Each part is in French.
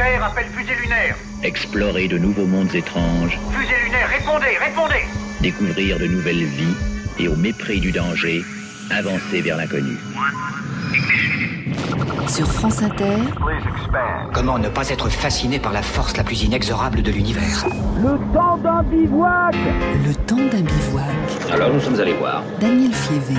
Terre, appelle fusée lunaire. Explorer de nouveaux mondes étranges. Fusée lunaire, répondez. Découvrir de nouvelles vies et au mépris du danger, avancer vers l'inconnu. Sur France Inter. Comment ne pas être fasciné par la force la plus inexorable de l'univers? Le temps d'un bivouac. Alors nous sommes allés voir. Daniel Fievé.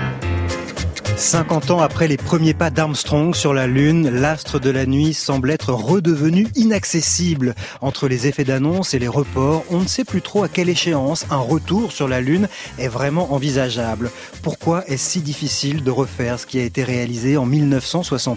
50 ans après les premiers pas d'Armstrong sur la Lune, l'astre de la nuit semble être redevenu inaccessible. Entre les effets d'annonce et les reports, on ne sait plus trop à quelle échéance un retour sur la Lune est vraiment envisageable. Pourquoi est-ce si difficile de refaire ce qui a été réalisé en 1969 ?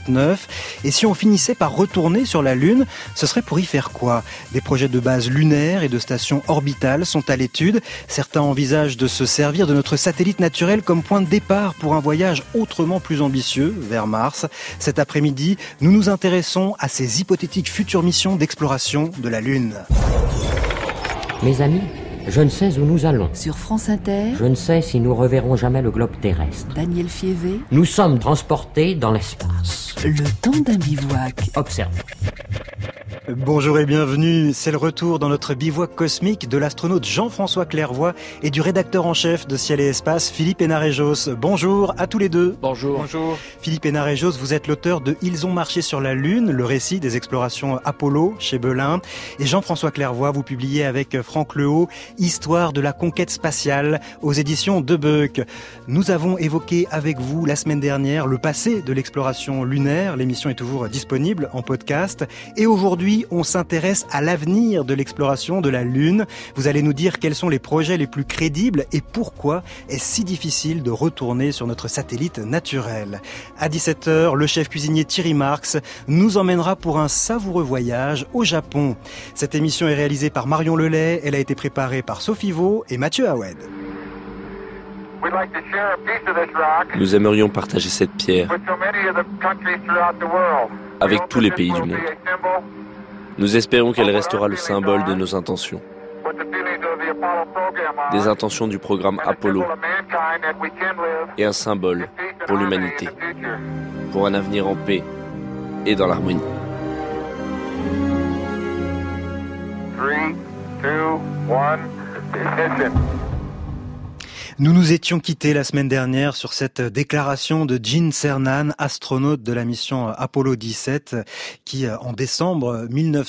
Et si on finissait par retourner sur la Lune, ce serait pour y faire quoi ? Des projets de base lunaire et de stations orbitales sont à l'étude. Certains envisagent de se servir de notre satellite naturel comme point de départ pour un voyage autrement plus ambitieux vers Mars. Cet après-midi, nous nous intéressons à ces hypothétiques futures missions d'exploration de la Lune. Mes amis, je ne sais où nous allons. Sur France Inter. Je ne sais si nous reverrons jamais le globe terrestre. Daniel Fievé. Nous sommes transportés dans l'espace. Le temps d'un bivouac. Observons. Bonjour et bienvenue, c'est le retour dans notre bivouac cosmique de l'astronaute Jean-François Clairvoy et du rédacteur en chef de Ciel et Espace, Philippe Hénarejos. Bonjour à tous les deux. Bonjour. Philippe Hénarejos, vous êtes l'auteur de Ils ont marché sur la Lune, le récit des explorations Apollo chez Belin. Et Jean-François Clairvoy, vous publiez avec Franck Lehaut Histoire de la conquête spatiale aux éditions De Beuc. Nous avons évoqué avec vous la semaine dernière le passé de l'exploration lunaire. L'émission est toujours disponible en podcast. Et aujourd'hui, on s'intéresse à l'avenir de l'exploration de la Lune. Vous allez nous dire quels sont les projets les plus crédibles et pourquoi est-ce si difficile de retourner sur notre satellite naturel. À 17h, le chef cuisinier Thierry Marx nous emmènera pour un savoureux voyage au Japon. Cette émission est réalisée par Marion Lelay. Elle a été préparée par Sophie Vaux et Mathieu Hawed. Nous aimerions partager cette pierre avec tous les pays du monde. Nous espérons qu'elle restera le symbole de nos intentions. Des intentions du programme Apollo et un symbole pour l'humanité, pour un avenir en paix et dans l'harmonie. 3, 2, 1, ignition. Nous nous étions quittés la semaine dernière sur cette déclaration de Gene Cernan, astronaute de la mission Apollo 17, qui en décembre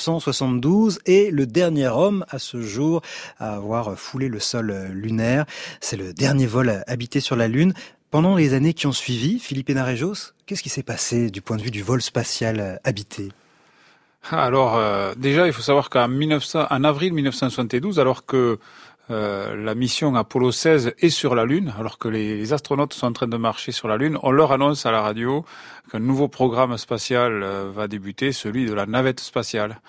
1972 est le dernier homme à ce jour à avoir foulé le sol lunaire. C'est le dernier vol habité sur la Lune. Pendant les années qui ont suivi, Philippe Hénarejos, qu'est-ce qui s'est passé du point de vue du vol spatial habité ? Alors, déjà, il faut savoir qu'en avril 1972, alors que la mission Apollo 16 est sur la Lune, alors que les astronautes sont en train de marcher sur la Lune, on leur annonce à la radio qu'un nouveau programme spatial va débuter, celui de la navette spatiale.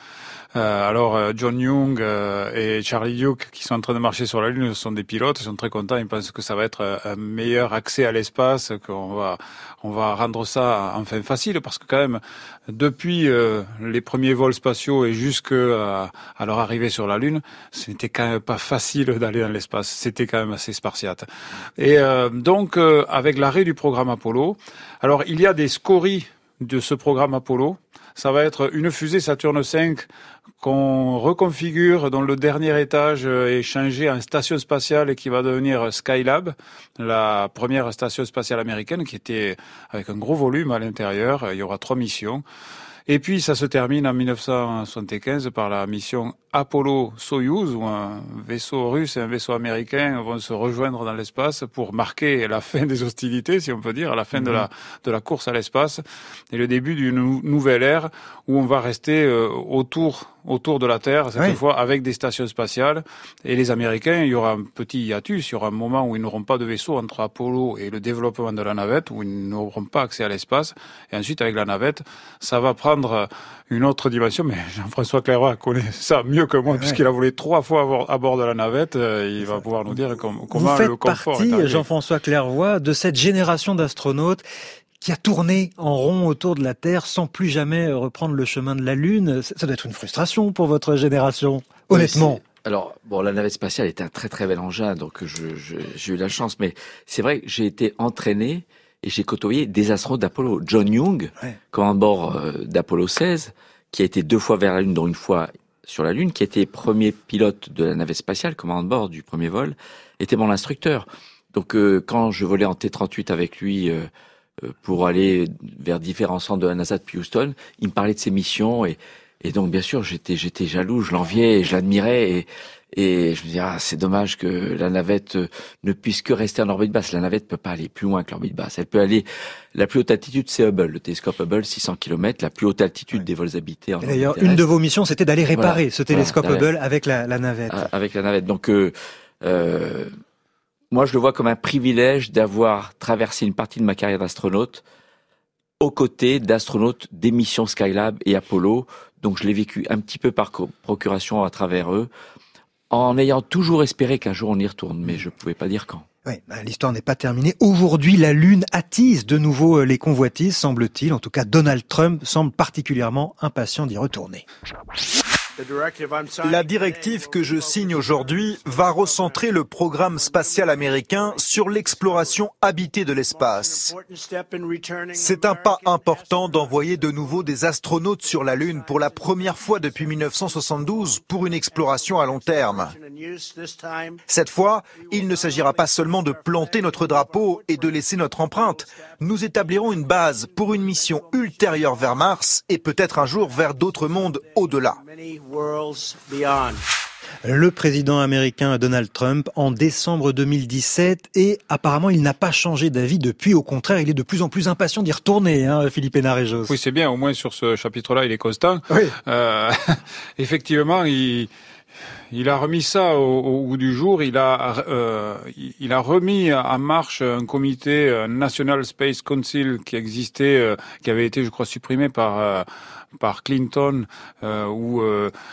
Alors John Young et Charlie Duke, qui sont en train de marcher sur la Lune, sont des pilotes, ils sont très contents, ils pensent que ça va être un meilleur accès à l'espace, qu'on va rendre ça enfin facile, parce que quand même, depuis les premiers vols spatiaux et jusqu'à leur arrivée sur la Lune, ce n'était quand même pas facile d'aller dans l'espace, c'était quand même assez spartiate. Et donc, avec l'arrêt du programme Apollo, alors il y a des scories de ce programme Apollo. Ça va être une fusée Saturne V qu'on reconfigure, dont le dernier étage est changé en station spatiale et qui va devenir Skylab, la première station spatiale américaine qui était avec un gros volume à l'intérieur. Il y aura 3 missions. Et puis ça se termine en 1975 par la mission Apollo-Soyouz, où un vaisseau russe et un vaisseau américain vont se rejoindre dans l'espace pour marquer la fin des hostilités, si on peut dire, la fin de la course à l'espace, et le début d'une nouvelle ère où on va rester autour de la Terre, cette fois avec des stations spatiales. Et les Américains, il y aura un petit hiatus, il y aura un moment où ils n'auront pas de vaisseau entre Apollo et le développement de la navette, où ils n'auront pas accès à l'espace. Et ensuite, avec la navette, ça va prendre une autre dimension, mais Jean-François Clairvoy connaît ça mieux que moi, puisqu'il a volé 3 fois à bord de la navette. Il va pouvoir nous dire comment le confort est arrivé. Vous faites partie, Jean-François Clairvoy, de cette génération d'astronautes qui a tourné en rond autour de la Terre sans plus jamais reprendre le chemin de la Lune. Ça doit être une frustration pour votre génération, honnêtement. Alors, la navette spatiale est un très très bel engin, donc j'ai eu la chance, mais c'est vrai que j'ai été entraîné et j'ai côtoyé des astronautes d'Apollo. John Young, commandant bord d'Apollo 16, qui a été 2 fois vers la Lune, dont une fois sur la Lune, qui était premier pilote de la navette spatiale, commandant de bord du premier vol, était mon instructeur. Donc quand je volais en T-38 avec lui pour aller vers différents centres de la NASA depuis Houston, il me parlait de ses missions et donc bien sûr j'étais jaloux, je l'enviais et je l'admirais et je me disais c'est dommage que la navette ne puisse que rester en orbite basse. La navette peut pas aller plus loin que l'orbite basse. Elle peut aller, la plus haute altitude c'est Hubble, le télescope Hubble 600 km, la plus haute altitude des vols habités en orbite terrestre. D'ailleurs, une de vos missions c'était d'aller réparer ce télescope Hubble avec la navette. Avec la navette. Donc moi je le vois comme un privilège d'avoir traversé une partie de ma carrière d'astronaute aux côtés d'astronautes des missions Skylab et Apollo. Donc je l'ai vécu un petit peu par procuration à travers eux, en ayant toujours espéré qu'un jour on y retourne, mais je ne pouvais pas dire quand. Oui, l'histoire n'est pas terminée. Aujourd'hui, la Lune attise de nouveau les convoitises, semble-t-il. En tout cas, Donald Trump semble particulièrement impatient d'y retourner. La directive que je signe aujourd'hui va recentrer le programme spatial américain sur l'exploration habitée de l'espace. C'est un pas important d'envoyer de nouveau des astronautes sur la Lune pour la première fois depuis 1972 pour une exploration à long terme. Cette fois, il ne s'agira pas seulement de planter notre drapeau et de laisser notre empreinte. Nous établirons une base pour une mission ultérieure vers Mars et peut-être un jour vers d'autres mondes au-delà. Le président américain Donald Trump en décembre 2017 et apparemment il n'a pas changé d'avis depuis, au contraire il est de plus en plus impatient d'y retourner, Philippe Hénard-Rejos. Oui, c'est bien, au moins sur ce chapitre-là il est constant. Oui. Effectivement, il a remis ça au goût du jour. Il a remis en marche un comité National Space Council qui existait, qui avait été, je crois, supprimé par Clinton, où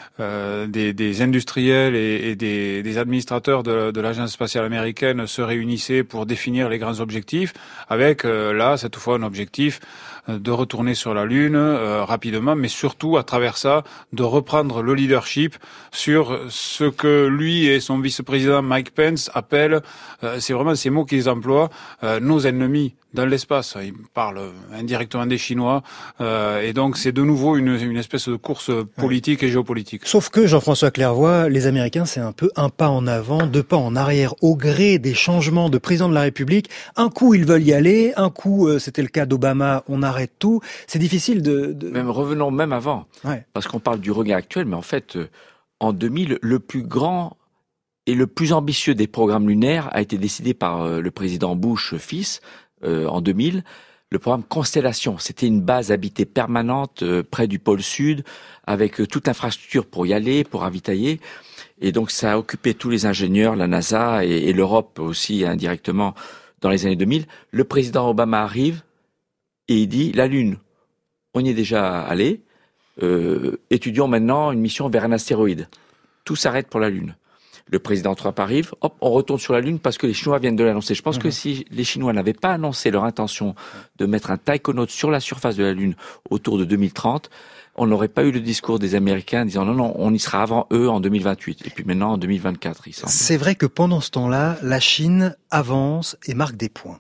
des industriels et des administrateurs de l'agence spatiale américaine se réunissaient pour définir les grands objectifs, avec là cette fois un objectif de retourner sur la Lune rapidement, mais surtout à travers ça de reprendre le leadership sur ce que lui et son vice-président Mike Pence appellent, c'est vraiment ces mots qu'ils emploient, nos ennemis dans l'espace. Ils parlent indirectement des Chinois, et donc c'est de nouveau une espèce de course politique et géopolitique. Sauf que, Jean-François Clairvoy, les Américains, c'est un peu un pas en avant, 2 pas en arrière, au gré des changements de président de la République. Un coup, ils veulent y aller, un coup, c'était le cas d'Obama, on arrête tout. C'est difficile de... Même revenons même avant, parce qu'on parle du regain actuel, mais en fait, en 2000, le plus grand et le plus ambitieux des programmes lunaires a été décidé par le président Bush fils, en 2000, le programme Constellation. C'était une base habitée permanente près du pôle Sud, avec toute l'infrastructure pour y aller, pour ravitailler. Et donc ça a occupé tous les ingénieurs, la NASA et l'Europe aussi indirectement dans les années 2000. Le président Obama arrive et il dit, la Lune, on y est déjà allé, étudions maintenant une mission vers un astéroïde. Tout s'arrête pour la Lune. Le président Trump arrive, hop, on retourne sur la Lune parce que les Chinois viennent de l'annoncer. Je pense que si les Chinois n'avaient pas annoncé leur intention de mettre un taïkonaute sur la surface de la Lune autour de 2030, on n'aurait pas eu le discours des Américains disant non, on y sera avant eux en 2028. Et puis maintenant en 2024, il semble. C'est vrai que pendant ce temps-là, la Chine avance et marque des points.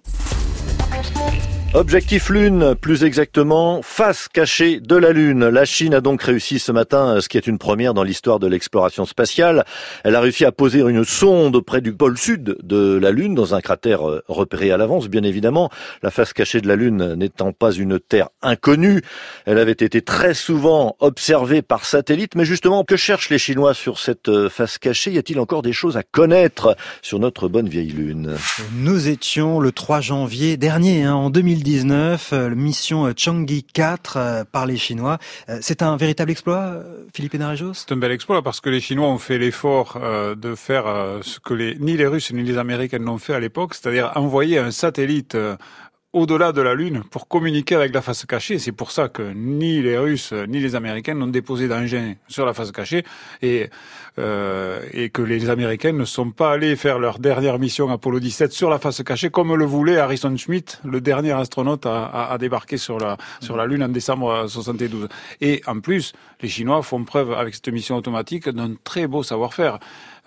Objectif Lune, plus exactement, face cachée de la Lune. La Chine a donc réussi ce matin, ce qui est une première dans l'histoire de l'exploration spatiale. Elle a réussi à poser une sonde près du pôle sud de la Lune, dans un cratère repéré à l'avance, bien évidemment. La face cachée de la Lune n'étant pas une terre inconnue, elle avait été très souvent observée par satellite. Mais justement, que cherchent les Chinois sur cette face cachée? Y a-t-il encore des choses à connaître sur notre bonne vieille Lune? Nous étions le 3 janvier dernier, en 2019, mission Chang'e 4 par les Chinois. C'est un véritable exploit, Philippe Hénard-Rejos? C'est un bel exploit parce que les Chinois ont fait l'effort de faire ce que ni les Russes ni les Américains n'ont fait à l'époque, c'est-à-dire envoyer un satellite au-delà de la Lune pour communiquer avec la face cachée. C'est pour ça que ni les Russes ni les Américains n'ont déposé d'engin sur la face cachée et que les Américains ne sont pas allés faire leur dernière mission Apollo 17 sur la face cachée comme le voulait Harrison Schmitt, le dernier astronaute à débarquer sur la Lune en décembre 72. Et en plus, les Chinois font preuve avec cette mission automatique d'un très beau savoir-faire.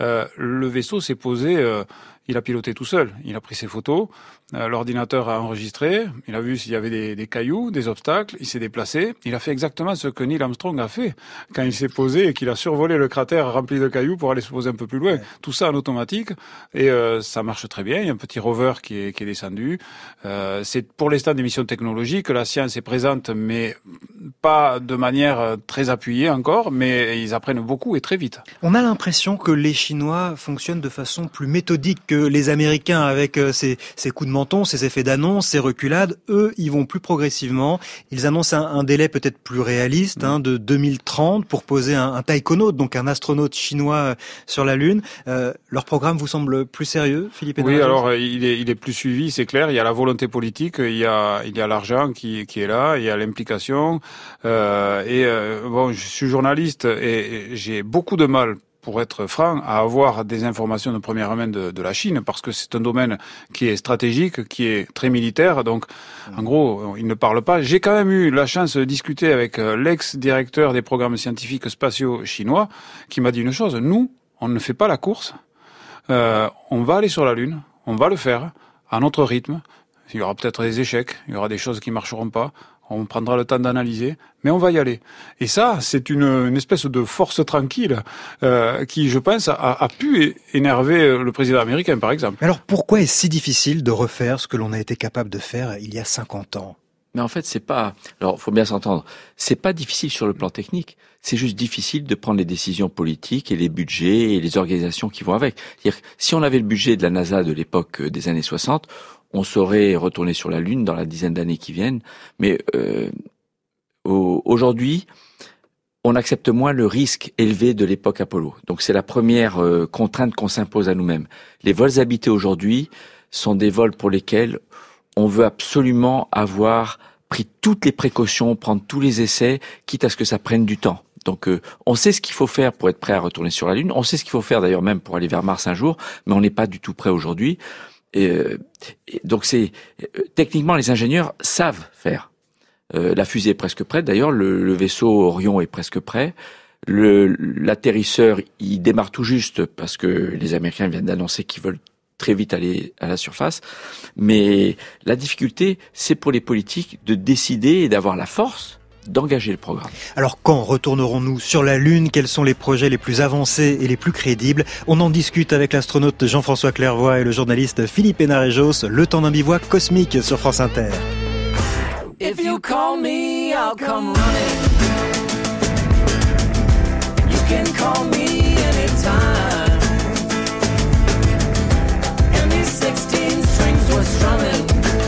le vaisseau s'est posé, il a piloté tout seul. Il a pris ses photos, l'ordinateur a enregistré, il a vu s'il y avait des cailloux, des obstacles, il s'est déplacé. Il a fait exactement ce que Neil Armstrong a fait quand il s'est posé et qu'il a survolé le cratère rempli de cailloux pour aller se poser un peu plus loin. Tout ça en automatique et ça marche très bien. Il y a un petit rover qui est descendu. C'est pour l'instant des missions technologiques. La science est présente, mais pas de manière très appuyée encore, mais ils apprennent beaucoup et très vite. On a l'impression que les Chinois fonctionnent de façon plus méthodique que les Américains avec ces coups de menton, ces effets d'annonce, ces reculades. Eux, ils vont plus progressivement. Ils annoncent un délai peut-être plus réaliste, de 2030 pour poser un taïkonaute, donc un astronaute chinois sur la Lune. Leur programme vous semble plus sérieux, Philippe Hénarez? Oui, alors il est plus suivi, c'est clair. Il y a la volonté politique, il y a l'argent qui est là, il y a l'implication. Bon, je suis journaliste et j'ai beaucoup de mal, pour être franc, à avoir des informations de première main de la Chine, parce que c'est un domaine qui est stratégique, qui est très militaire, donc en gros, ils ne parlent pas. J'ai quand même eu la chance de discuter avec l'ex-directeur des programmes scientifiques spatiaux chinois, qui m'a dit une chose: nous, on ne fait pas la course, on va aller sur la Lune, on va le faire à notre rythme, il y aura peut-être des échecs, il y aura des choses qui marcheront pas, on prendra le temps d'analyser, mais on va y aller. Et ça, c'est une espèce de force tranquille qui, je pense, a pu énerver le président américain, par exemple. Alors pourquoi est-ce si difficile de refaire ce que l'on a été capable de faire il y a 50 ans ? Mais en fait, c'est pas... Alors, faut bien s'entendre. C'est pas difficile sur le plan technique. C'est juste difficile de prendre les décisions politiques et les budgets et les organisations qui vont avec. C'est-à-dire que si on avait le budget de la NASA de l'époque des années 60, on saurait retourner sur la Lune dans la dizaine d'années qui viennent. Mais aujourd'hui, on accepte moins le risque élevé de l'époque Apollo. Donc c'est la première contrainte qu'on s'impose à nous-mêmes. Les vols habités aujourd'hui sont des vols pour lesquels on veut absolument avoir pris toutes les précautions, prendre tous les essais, quitte à ce que ça prenne du temps. Donc on sait ce qu'il faut faire pour être prêt à retourner sur la Lune. On sait ce qu'il faut faire d'ailleurs même pour aller vers Mars un jour, mais on n'est pas du tout prêt aujourd'hui. Et donc techniquement les ingénieurs savent faire. La fusée est presque prête. D'ailleurs, le vaisseau Orion est presque prêt. L'atterrisseur, il démarre tout juste parce que les Américains viennent d'annoncer qu'ils veulent très vite aller à la surface. Mais la difficulté, c'est pour les politiques de décider et d'avoir la force d'engager le programme. Alors quand retournerons-nous sur la Lune? Quels sont les projets les plus avancés et les plus crédibles? On en discute avec l'astronaute Jean-François Clairvoy et le journaliste Philippe Hénarez-Josse. Le temps d'un bivouac cosmique sur France Inter. If you call me, I'll come running. You can call me anytime. And these 16 strings were strumming.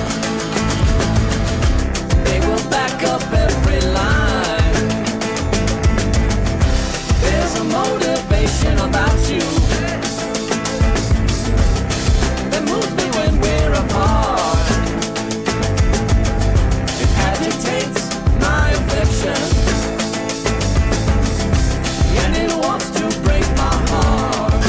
They will back up every line. There's a motivation about you that moves me when we're apart. My affection, and it wants to break my heart.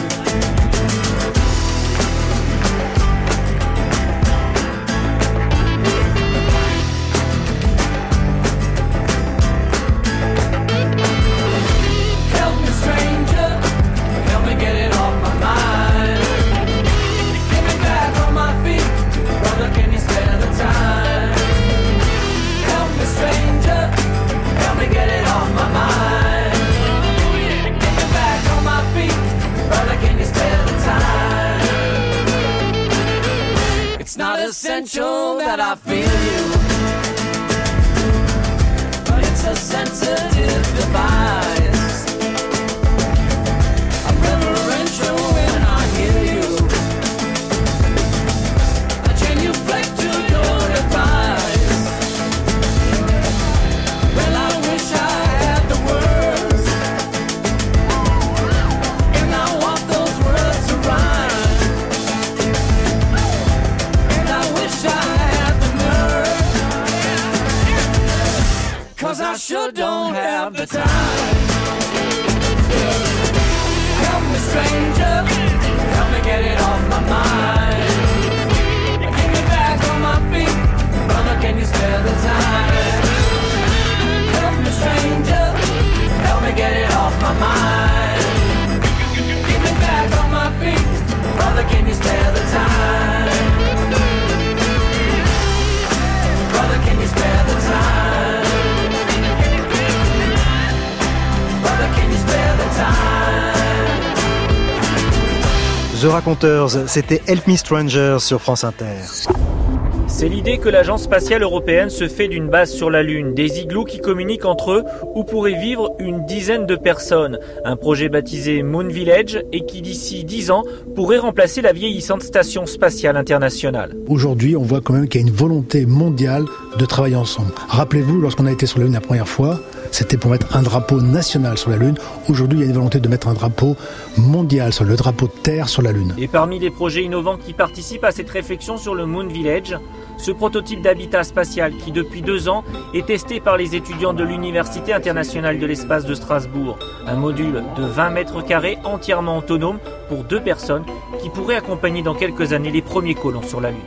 Help me, stranger, help me get it off my mind. Get me back on my feet, brother, can you spare the time? Stranger, help me get it off my mind. Get me back on my feet, brother, can you spare the time? It's not essential that I feel you, but it's a sensitive device. I'm reverential when I hear you. I genuflect to your advice. Well, I wish I had the words, and I want those words to rhyme. And I wish I had the nerve, 'cause I sure don't have the time. Help me, stranger, help me get it off my mind. Get me back on my feet, brother, can you spare the time? Help me, stranger, help me get it off my mind. Get me The Raconteurs, c'était Help Me Stranger sur France Inter. C'est l'idée que l'Agence spatiale européenne se fait d'une base sur la Lune, des igloos qui communiquent entre eux où pourraient vivre une dizaine de personnes. Un projet baptisé Moon Village et qui d'ici 10 ans pourrait remplacer la vieillissante station spatiale internationale. Aujourd'hui, on voit quand même qu'il y a une volonté mondiale de travailler ensemble. Rappelez-vous, lorsqu'on a été sur la Lune la première fois, c'était pour mettre un drapeau national sur la Lune. Aujourd'hui, il y a une volonté de mettre un drapeau mondial, sur le drapeau de terre sur la Lune. Et parmi les projets innovants qui participent à cette réflexion sur le Moon Village, ce prototype d'habitat spatial qui, depuis 2 ans, est testé par les étudiants de l'Université internationale de l'espace de Strasbourg. Un module de 20 mètres carrés entièrement autonome pour 2 personnes qui pourrait accompagner dans quelques années les premiers colons sur la Lune.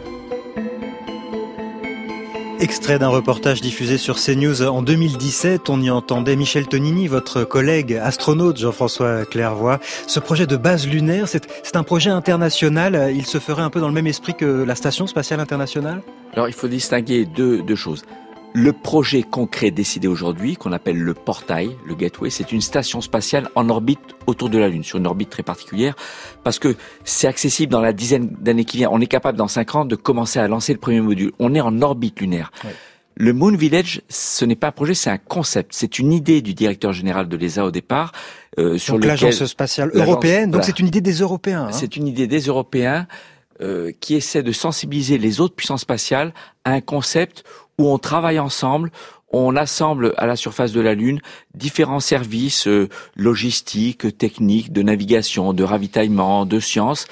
Extrait d'un reportage diffusé sur CNews en 2017. On y entendait Michel Tonini, votre collègue astronaute Jean-François Clairvoy. Ce projet de base lunaire, c'est un projet international. Il se ferait un peu dans le même esprit que la Station spatiale internationale ? Alors, il faut distinguer deux choses. Le projet concret décidé aujourd'hui, qu'on appelle le portail, le Gateway, c'est une station spatiale en orbite autour de la Lune, sur une orbite très particulière, parce que c'est accessible dans la dizaine d'années qui viennent. On est capable, dans 5 ans, de commencer à lancer le premier module. On est en orbite lunaire. Ouais. Le Moon Village, ce n'est pas un projet, c'est un concept. C'est une idée du directeur général de l'ESA au départ. Sur l'agence spatiale européenne, donc voilà. C'est une idée des Européens. Hein. C'est une idée des Européens qui essaie de sensibiliser les autres puissances spatiales à un concept où on travaille ensemble, on assemble à la surface de la Lune différents services logistiques, techniques, de navigation, de ravitaillement, de sciences.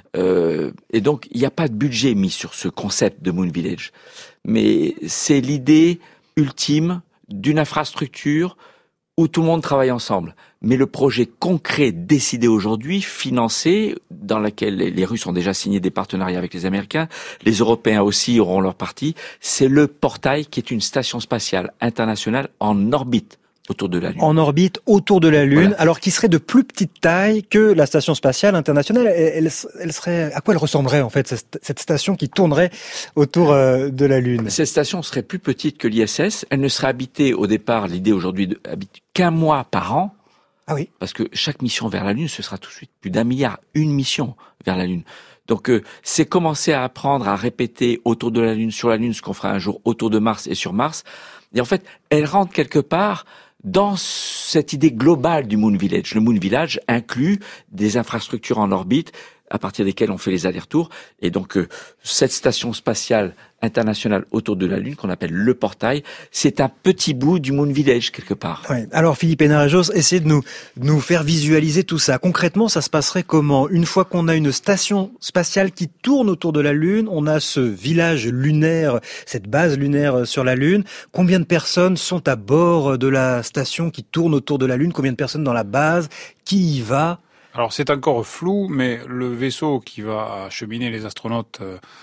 Et donc, il n'y a pas de budget mis sur ce concept de Moon Village. Mais c'est l'idée ultime d'une infrastructure où tout le monde travaille ensemble. Mais le projet concret décidé aujourd'hui, financé, dans lequel les Russes ont déjà signé des partenariats avec les Américains, les Européens aussi auront leur partie, c'est le portail qui est une station spatiale internationale en orbite autour de la Lune. En orbite autour de la Lune, voilà. Alors qui serait de plus petite taille que la station spatiale internationale. Elle serait, à quoi elle ressemblerait en fait, cette station qui tournerait autour de la Lune? Cette station serait plus petite que l'ISS. Elle ne serait habitée au départ, l'idée aujourd'hui, qu'un mois par an. Ah oui. Parce que chaque mission vers la Lune, ce sera tout de suite plus d'1 milliard, une mission vers la Lune. Donc c'est commencer à apprendre à répéter autour de la Lune, sur la Lune, ce qu'on fera un jour autour de Mars et sur Mars. Et en fait, elle rentre quelque part dans cette idée globale du Moon Village. Le Moon Village inclut des infrastructures en orbite à partir desquelles on fait les allers-retours. Et donc, cette station spatiale internationale autour de la Lune, qu'on appelle le portail, c'est un petit bout du Moon Village, quelque part. Ouais. Alors, Philippe Hénarejos, essayez de nous faire visualiser tout ça. Concrètement, ça se passerait comment? Une fois qu'on a une station spatiale qui tourne autour de la Lune, on a ce village lunaire, cette base lunaire sur la Lune. Combien de personnes sont à bord de la station qui tourne autour de la Lune? Combien de personnes dans la base? Qui y va? Alors c'est encore flou, mais le vaisseau qui va acheminer les astronautes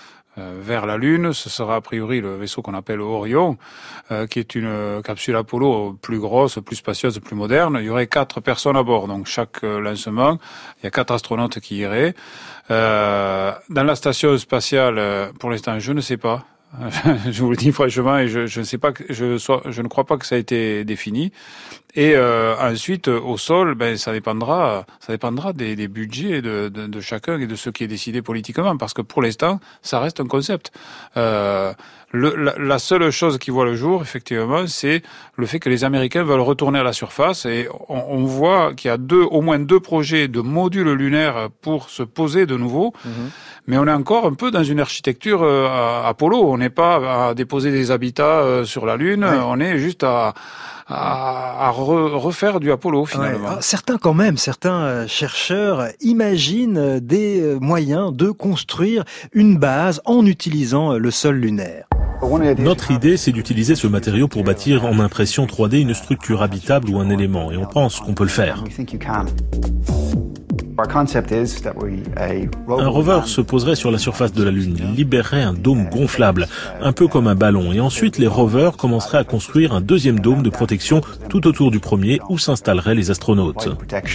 vers la Lune, ce sera a priori le vaisseau qu'on appelle Orion, qui est une capsule Apollo plus grosse, plus spacieuse, plus moderne. Il y aurait 4 personnes à bord, donc chaque lancement, il y a 4 astronautes qui iraient. Dans la station spatiale, pour l'instant, je ne sais pas. Je vous le dis franchement, et je ne sais pas, je ne crois pas que ça a été défini. Et ensuite, au sol, ça dépendra des budgets de chacun et de ce qui est décidé politiquement, parce que pour l'instant, ça reste un concept. La seule chose qui voit le jour, effectivement, c'est le fait que les Américains veulent retourner à la surface, et on voit qu'il y a au moins 2 projets de modules lunaires pour se poser de nouveau. Mais on est encore un peu dans une architecture Apollo. On n'est pas à déposer des habitats sur la Lune. Ouais. On est juste à refaire du Apollo, finalement. Ouais. Certains chercheurs imaginent des moyens de construire une base en utilisant le sol lunaire. Notre idée, c'est d'utiliser ce matériau pour bâtir en impression 3D une structure habitable ou un élément, et on pense qu'on peut le faire. Un rover se poserait sur la surface de la Lune, libérerait un dôme gonflable, un peu comme un ballon, et ensuite les rovers commenceraient à construire un deuxième dôme de protection tout autour du premier où s'installeraient les astronautes.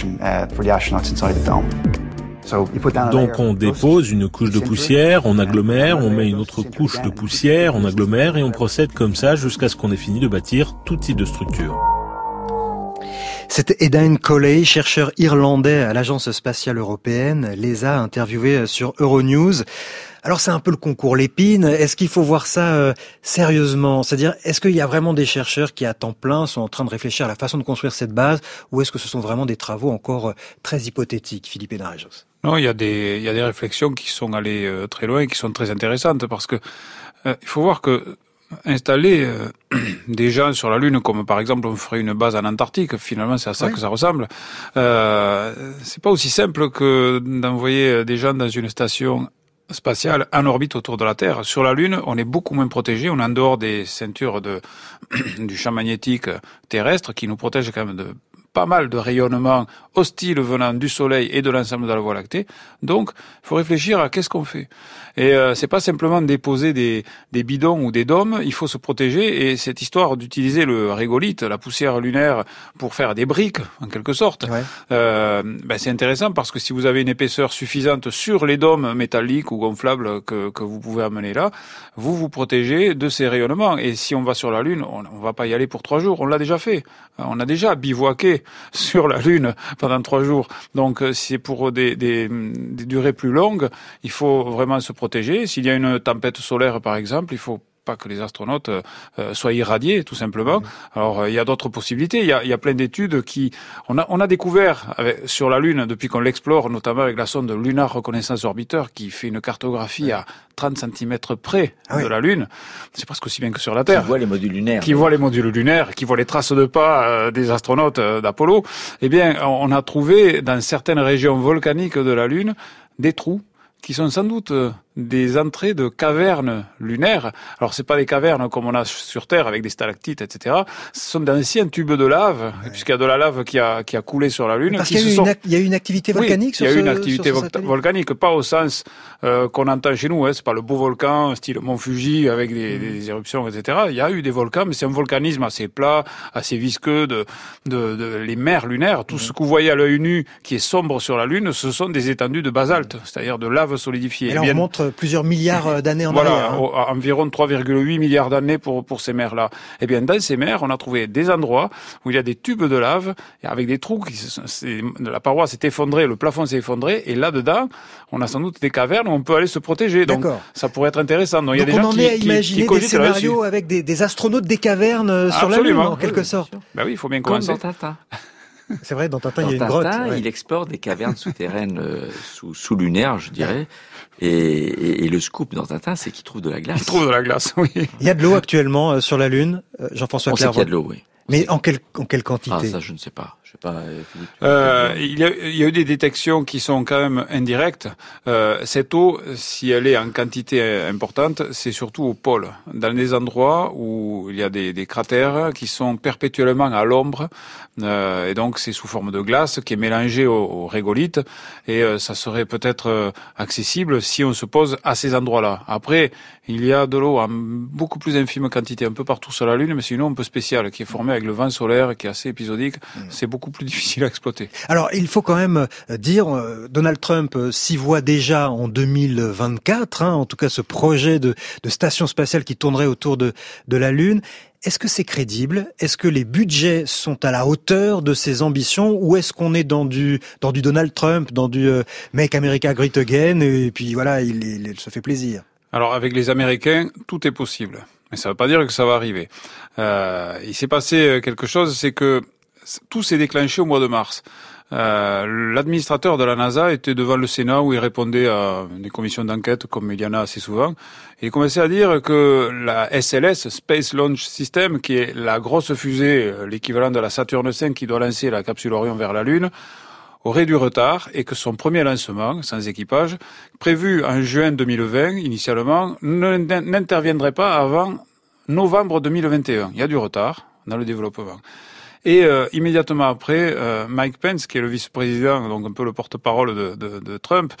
Donc on dépose une couche de poussière, on agglomère, on met une autre couche de poussière, on agglomère et on procède comme ça jusqu'à ce qu'on ait fini de bâtir tout type de structure. C'était Aidan Coley, chercheur irlandais à l'Agence spatiale européenne, l'ESA, interviewé sur Euronews. Alors c'est un peu le concours Lépine. Est-ce qu'il faut voir ça sérieusement? C'est-à-dire, est-ce qu'il y a vraiment des chercheurs qui à temps plein sont en train de réfléchir à la façon de construire cette base, ou est-ce que ce sont vraiment des travaux encore très hypothétiques, Philippe Hénarejos? Non, il y a des réflexions qui sont allées très loin et qui sont très intéressantes, parce que il faut voir que installer des gens sur la Lune, comme par exemple on ferait une base en Antarctique, finalement c'est à ça que ça ressemble. C'est pas aussi simple que d'envoyer des gens dans une station spatiale en orbite autour de la Terre. Sur la Lune, on est beaucoup moins protégé, on est en dehors des ceintures du champ magnétique terrestre qui nous protège quand même de pas mal de rayonnements hostiles venant du Soleil et de l'ensemble de la Voie lactée. Donc, il faut réfléchir à qu'est-ce qu'on fait. Et c'est pas simplement déposer des bidons ou des dômes, il faut se protéger. Et cette histoire d'utiliser le régolithe, la poussière lunaire, pour faire des briques, en quelque sorte, c'est intéressant parce que si vous avez une épaisseur suffisante sur les dômes métalliques ou gonflables que vous pouvez amener là, vous vous protégez de ces rayonnements. Et si on va sur la Lune, on va pas y aller pour 3 jours. On l'a déjà fait. On a déjà bivouaqué sur la Lune pendant 3 jours. Donc, c'est pour des durées plus longues, il faut vraiment se protéger. S'il y a une tempête solaire, par exemple, il faut pas que les astronautes soient irradiés, tout simplement. Alors, il y a d'autres possibilités. Il y a plein d'études on a découvert sur la Lune, depuis qu'on l'explore, notamment avec la sonde Lunar Reconnaissance Orbiter, qui fait une cartographie à 30 cm près de la Lune. C'est presque aussi bien que sur la Terre. Qui voit les modules lunaires. Qui voit les modules lunaires, qui voit les traces de pas des astronautes d'Apollo. Eh bien, on a trouvé dans certaines régions volcaniques de la Lune des trous qui sont sans doute des entrées de cavernes lunaires. Alors, c'est pas des cavernes comme on a sur Terre avec des stalactites, etc. Ce sont d'anciens tubes de lave, puisqu'il y a de la lave qui a coulé sur la Lune. Parce qu'il y a eu une activité volcanique sur ce satellite. Il y a eu une activité volcanique, pas au sens qu'on entend chez nous. C'est pas le beau volcan, style Mont Fuji, avec des éruptions, etc. Il y a eu des volcans, mais c'est un volcanisme assez plat, assez visqueux, les mers lunaires. Tout ce que vous voyez à l'œil nu qui est sombre sur la Lune, ce sont des étendues de basalte, c'est-à-dire de lave solidifiée. Et là, on montre plusieurs milliards d'années en arrière. Environ 3,8 milliards d'années pour ces mers-là. Eh bien, dans ces mers, on a trouvé des endroits où il y a des tubes de lave avec des trous la paroi s'est effondrée, le plafond s'est effondré, et là-dedans, on a sans doute des cavernes où on peut aller se protéger. Donc, ça pourrait être intéressant. Donc, il y a des gens on en est à imaginer des scénarios avec des astronautes des cavernes sur la Lune, en quelque sorte. Ben oui, il faut bien commencer. Comme dans Tintin. C'est vrai, dans Tintin, il y a une grotte. Il explore des cavernes souterraines sous-lunaires, je dirais. Et le scoop dans Tintin, c'est qu'il trouve de la glace. Il trouve de la glace, oui. Il y a de l'eau actuellement sur la Lune, Jean-François Clairvoy. On sait qu'il y a de l'eau, oui. Mais en quelle quantité? Ah, ça, je ne sais pas. Je sais pas. Il y a eu des détections qui sont quand même indirectes. Cette eau, si elle est en quantité importante, c'est surtout au pôle, dans des endroits où il y a des cratères qui sont perpétuellement à l'ombre, et donc c'est sous forme de glace qui est mélangée au régolithe, et ça serait peut-être accessible si on se pose à ces endroits-là. Après, il y a de l'eau en beaucoup plus infime quantité un peu partout sur la Lune, mais c'est une eau un peu spéciale qui est formée avec le vent solaire, qui est assez épisodique. C'est beaucoup plus difficile à exploiter. Alors, il faut quand même dire, Donald Trump s'y voit déjà en 2024, en tout cas ce projet de station spatiale qui tournerait autour de la Lune. Est-ce que c'est crédible? Est-ce que les budgets sont à la hauteur de ses ambitions, ou est-ce qu'on est dans du Donald Trump, dans du Make America Great Again, et puis voilà, il se fait plaisir? Alors, avec les Américains, tout est possible. Mais ça ne veut pas dire que ça va arriver. Il s'est passé quelque chose, c'est que tout s'est déclenché au mois de mars. L'administrateur de la NASA était devant le Sénat où il répondait à des commissions d'enquête, comme il y en a assez souvent. Et il commençait à dire que la SLS, Space Launch System, qui est la grosse fusée, l'équivalent de la Saturn V qui doit lancer la capsule Orion vers la Lune, aurait du retard, et que son premier lancement, sans équipage, prévu en juin 2020, initialement, n'interviendrait pas avant novembre 2021. Il y a du retard dans le développement. Et immédiatement après, Mike Pence, qui est le vice-président, donc un peu le porte-parole de Trump,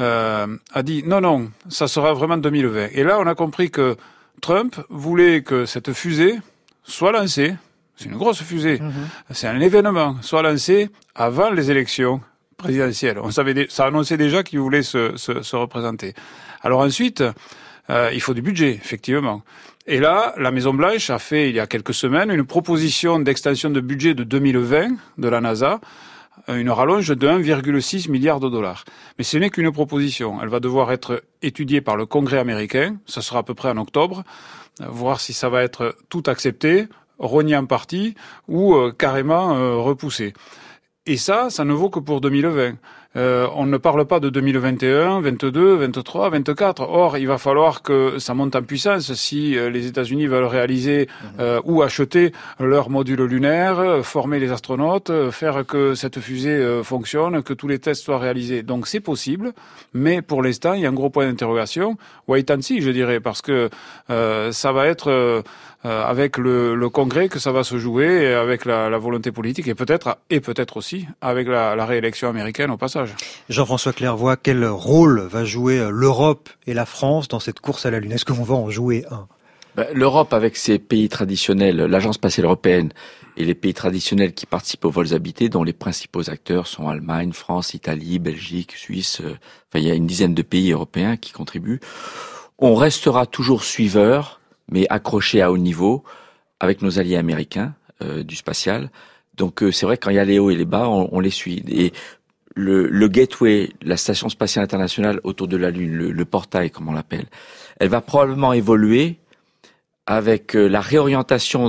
a dit non, ça sera vraiment 2020. Et là, on a compris que Trump voulait que cette fusée soit lancée. C'est une grosse fusée. C'est un événement. Soit lancé avant les élections présidentielles. Ça annonçait déjà qu'il voulait se représenter. Alors ensuite, il faut du budget, effectivement. Et là, la Maison-Blanche a fait, il y a quelques semaines, une proposition d'extension de budget de 2020 de la NASA, une rallonge de 1,6 milliard de dollars. Mais ce n'est qu'une proposition. Elle va devoir être étudiée par le Congrès américain. Ça sera à peu près en octobre. Voir si ça va être tout accepté, rogné en partie ou carrément repoussé. Et ça ne vaut que pour 2020. On ne parle pas de 2021, 22, 23, 24. Or, il va falloir que ça monte en puissance si les États-Unis veulent réaliser ou acheter leur module lunaire, former les astronautes, faire que cette fusée fonctionne, que tous les tests soient réalisés. Donc c'est possible, mais pour l'instant, il y a un gros point d'interrogation. Wait and see, je dirais, parce que ça va être avec le Congrès que ça va se jouer, et avec la volonté politique, et peut-être aussi avec la réélection américaine au passage. Jean-François Clairvoy, quel rôle va jouer l'Europe et la France dans cette course à la Lune? Est-ce qu'on va en jouer un? L'Europe, avec ses pays traditionnels, l'Agence spatiale européenne et les pays traditionnels qui participent aux vols habités, dont les principaux acteurs sont Allemagne, France, Italie, Belgique, Suisse, il y a une dizaine de pays européens qui contribuent. On restera toujours suiveurs, mais accrochés à haut niveau, avec nos alliés américains du spatial. Donc c'est vrai que quand il y a les hauts et les bas, on les suit. Et le Gateway, la station spatiale internationale autour de la Lune, le portail comme on l'appelle, elle va probablement évoluer avec la réorientation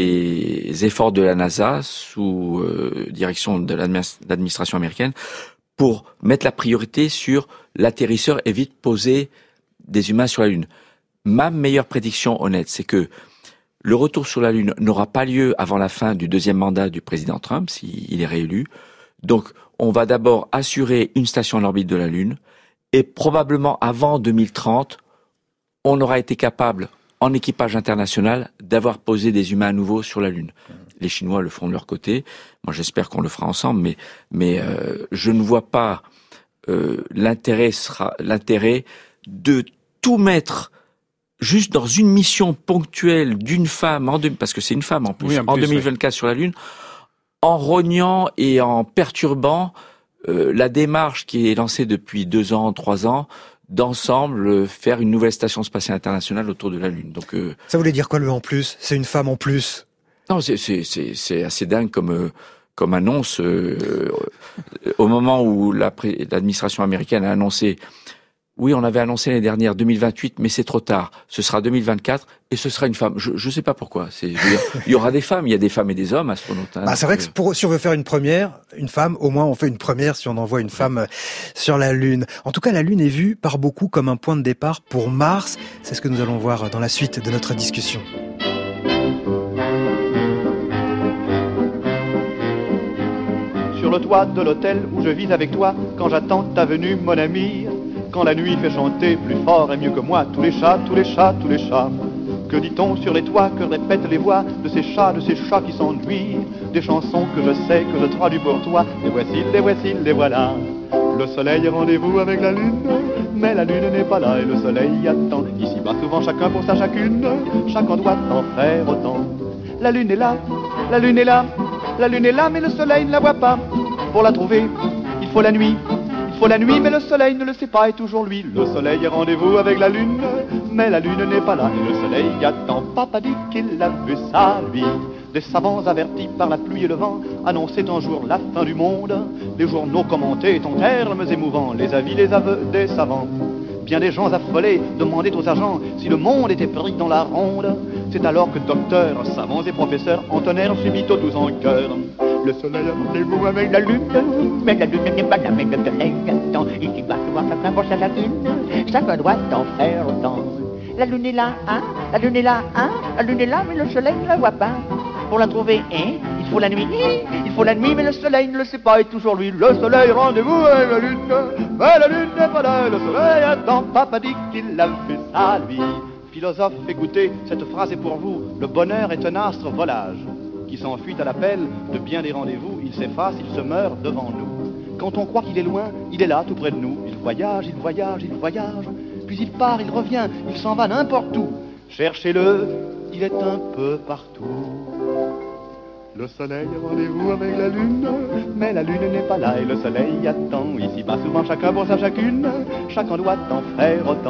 des efforts de la NASA sous direction de l'administration américaine pour mettre la priorité sur l'atterrisseur et vite poser des humains sur la Lune. Ma meilleure prédiction honnête, c'est que le retour sur la Lune n'aura pas lieu avant la fin du deuxième mandat du président Trump, s'il est réélu. Donc, on va d'abord assurer une station en orbite de la Lune, et probablement avant 2030, on aura été capable, en équipage international, d'avoir posé des humains à nouveau sur la Lune. Les Chinois le feront de leur côté. Moi, j'espère qu'on le fera ensemble, mais je ne vois pas l'intérêt de tout mettre juste dans une mission ponctuelle d'une femme, parce que c'est une femme en plus, en 2024 sur la Lune, en rognant et en perturbant la démarche qui est lancée depuis 2 ans, 3 ans, d'ensemble faire une nouvelle station spatiale internationale autour de la Lune. Donc ça voulait dire quoi le en plus? C'est une femme en plus? Non, c'est assez dingue comme annonce. Au moment où l'administration américaine a annoncé, oui, on avait annoncé l'année dernière 2028, mais c'est trop tard. Ce sera 2024 et ce sera une femme. Je sais pas pourquoi. Je veux dire, il y aura des femmes, il y a des femmes et des hommes astronautes. C'est vrai que si on veut faire une première, une femme, au moins on fait une première si on envoie une femme sur la Lune. En tout cas, la Lune est vue par beaucoup comme un point de départ pour Mars. C'est ce que nous allons voir dans la suite de notre discussion. Sur le toit de l'hôtel où je vis avec toi, quand j'attends ta venue, mon ami. Quand la nuit fait chanter plus fort et mieux que moi tous les chats, tous les chats, tous les chats. Que dit-on sur les toits, que répètent les voix de ces chats qui s'ennuient? Des chansons que je sais, que je traduis pour toi. Les voici, les voici, les voilà. Le soleil est rendez-vous avec la lune, mais la lune n'est pas là et le soleil y attend. Ici-bas souvent chacun pour sa chacune, chacun doit en faire autant. La lune est là, la lune est là, la lune est là, mais le soleil ne la voit pas. Pour la trouver, il faut la nuit. Il faut la nuit, mais le soleil ne le sait pas, et toujours lui. Le soleil est rendez-vous avec la lune, mais la lune n'est pas là, et le soleil attend. Papa dit qu'il a vu ça, lui. Des savants avertis par la pluie et le vent annonçaient un jour la fin du monde. Les journaux commentaient en termes émouvants les avis, les aveux des savants. Bien des gens affolés demandaient aux agents si le monde était pris dans la ronde. C'est alors que docteurs, savants et professeurs entonnèrent subito tous en chœur. Le soleil a rendez-vous avec la lune, mais la lune n'est pas là, mais le soleil attend. Ici va souvent chacun pour sa lune, chacun doit en faire autant. La lune est là, hein, la lune est là, hein, la lune est là, mais le soleil ne la voit pas. Pour la trouver, hein, il faut la nuit, il faut la nuit, mais le soleil ne le sait pas, et toujours lui. Le soleil rendez-vous avec la lune, mais la lune n'est pas là, le soleil attend. Papa dit qu'il a fait ça, lui. Philosophe, écoutez, cette phrase est pour vous. Le bonheur est un astre volage qui s'enfuit à l'appel de bien des rendez-vous. Il s'efface, il se meurt devant nous. Quand on croit qu'il est loin, il est là, tout près de nous. Il voyage, il voyage, il voyage. Puis il part, il revient, il s'en va n'importe où. Cherchez-le, il est un peu partout. Le soleil a rendez-vous avec la lune, mais la lune n'est pas là et le soleil attend. Ici-bas souvent chacun pour sa chacune, chacun doit en faire autant.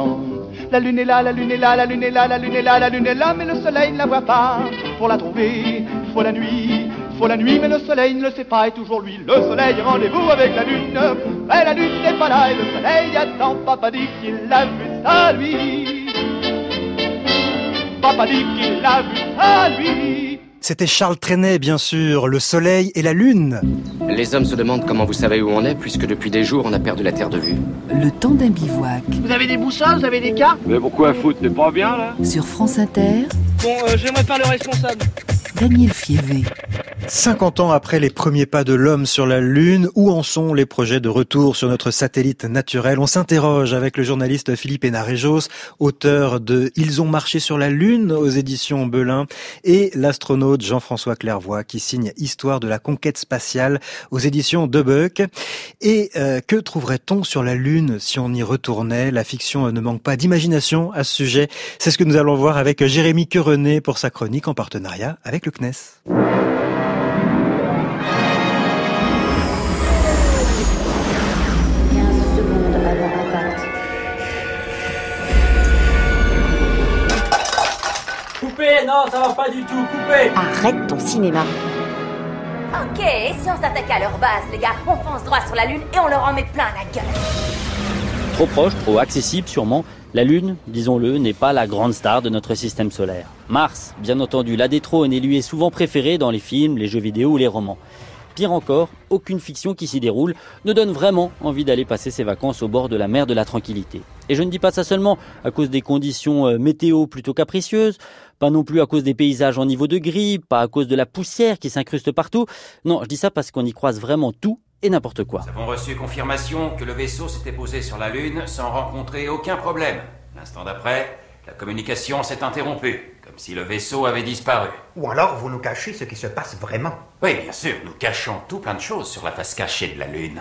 La lune est là, la lune est là, la lune est là, la lune est là, la lune est là, mais le soleil ne la voit pas. Pour la trouver, faut la nuit, mais le soleil ne le sait pas, et toujours lui, le soleil, rendez-vous avec la lune. Mais la lune n'est pas là, et le soleil attend, papa dit qu'il l'a vu ça lui. Papa dit qu'il l'a vu ça lui. C'était Charles Trenet, bien sûr, le soleil et la lune. Les hommes se demandent comment vous savez où on est, puisque depuis des jours, on a perdu la terre de vue. Le temps d'un bivouac. Vous avez des boussoles, vous avez des cartes? Mais pourquoi foutre? T'es pas bien, là? Sur France Inter. Bon, j'aimerais pas le responsable. Daniel Fievé. 50 ans après les premiers pas de l'homme sur la Lune, où en sont les projets de retour sur notre satellite naturel? On s'interroge avec le journaliste Philippe Hénarejos, auteur de Ils ont marché sur la Lune aux éditions Belin, et l'astronaute Jean-François Clairvoy qui signe Histoire de la conquête spatiale aux éditions Debuck. Et que trouverait-on sur la Lune si on y retournait? La fiction ne manque pas d'imagination à ce sujet. C'est ce que nous allons voir avec Jérémy Querenet pour sa chronique en partenariat avec le CNES. Coupez, non, ça va pas du tout, coupez. Arrête ton cinéma. Ok, si on s'attaquait à leur base, les gars, on fonce droit sur la Lune et on leur en met plein la gueule. Trop proche, trop accessible sûrement, la Lune, disons-le, n'est pas la grande star de notre système solaire. Mars, bien entendu, la détrône et lui est souvent préférée dans les films, les jeux vidéo ou les romans. Pire encore, aucune fiction qui s'y déroule ne donne vraiment envie d'aller passer ses vacances au bord de la mer de la tranquillité. Et je ne dis pas ça seulement à cause des conditions météo plutôt capricieuses, pas non plus à cause des paysages en niveau de gris, pas à cause de la poussière qui s'incruste partout. Non, je dis ça parce qu'on y croise vraiment tout et n'importe quoi. Nous avons reçu confirmation que le vaisseau s'était posé sur la Lune sans rencontrer aucun problème. L'instant d'après, la communication s'est interrompue, comme si le vaisseau avait disparu. Ou alors vous nous cachez ce qui se passe vraiment. Oui, bien sûr, nous cachons tout plein de choses sur la face cachée de la Lune.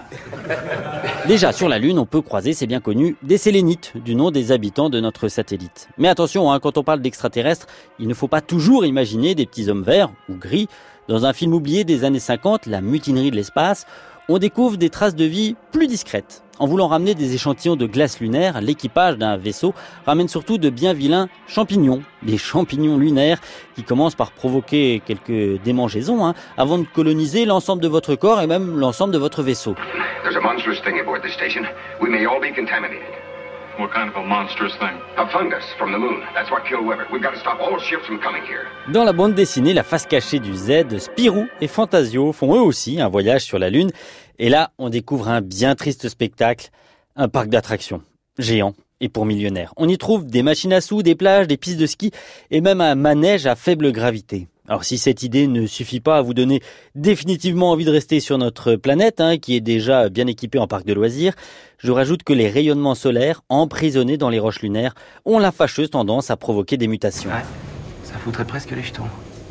Déjà, sur la Lune, on peut croiser, c'est bien connu, des sélénites, du nom des habitants de notre satellite. Mais attention, quand on parle d'extraterrestres, il ne faut pas toujours imaginer des petits hommes verts ou gris. Dans un film oublié des années 50, La mutinerie de l'espace, on découvre des traces de vie plus discrètes. En voulant ramener des échantillons de glace lunaire, l'équipage d'un vaisseau ramène surtout de bien vilains champignons, des champignons lunaires qui commencent par provoquer quelques démangeaisons avant de coloniser l'ensemble de votre corps et même l'ensemble de votre vaisseau. There's a monstrous thing aboard this station. We may all be contaminated. What kind of a monstrous thing? A fungus from the moon. That's what killed Weber. We've got to stop all ships from coming here. Dans la bande dessinée La face cachée du Z, Spirou et Fantasio font eux aussi un voyage sur la Lune. Et là, on découvre un bien triste spectacle, un parc d'attractions, géant et pour millionnaires. On y trouve des machines à sous, des plages, des pistes de ski et même un manège à faible gravité. Alors si cette idée ne suffit pas à vous donner définitivement envie de rester sur notre planète, qui est déjà bien équipée en parc de loisirs, je rajoute que les rayonnements solaires, emprisonnés dans les roches lunaires, ont la fâcheuse tendance à provoquer des mutations. Ouais, ça foutrait presque les jetons.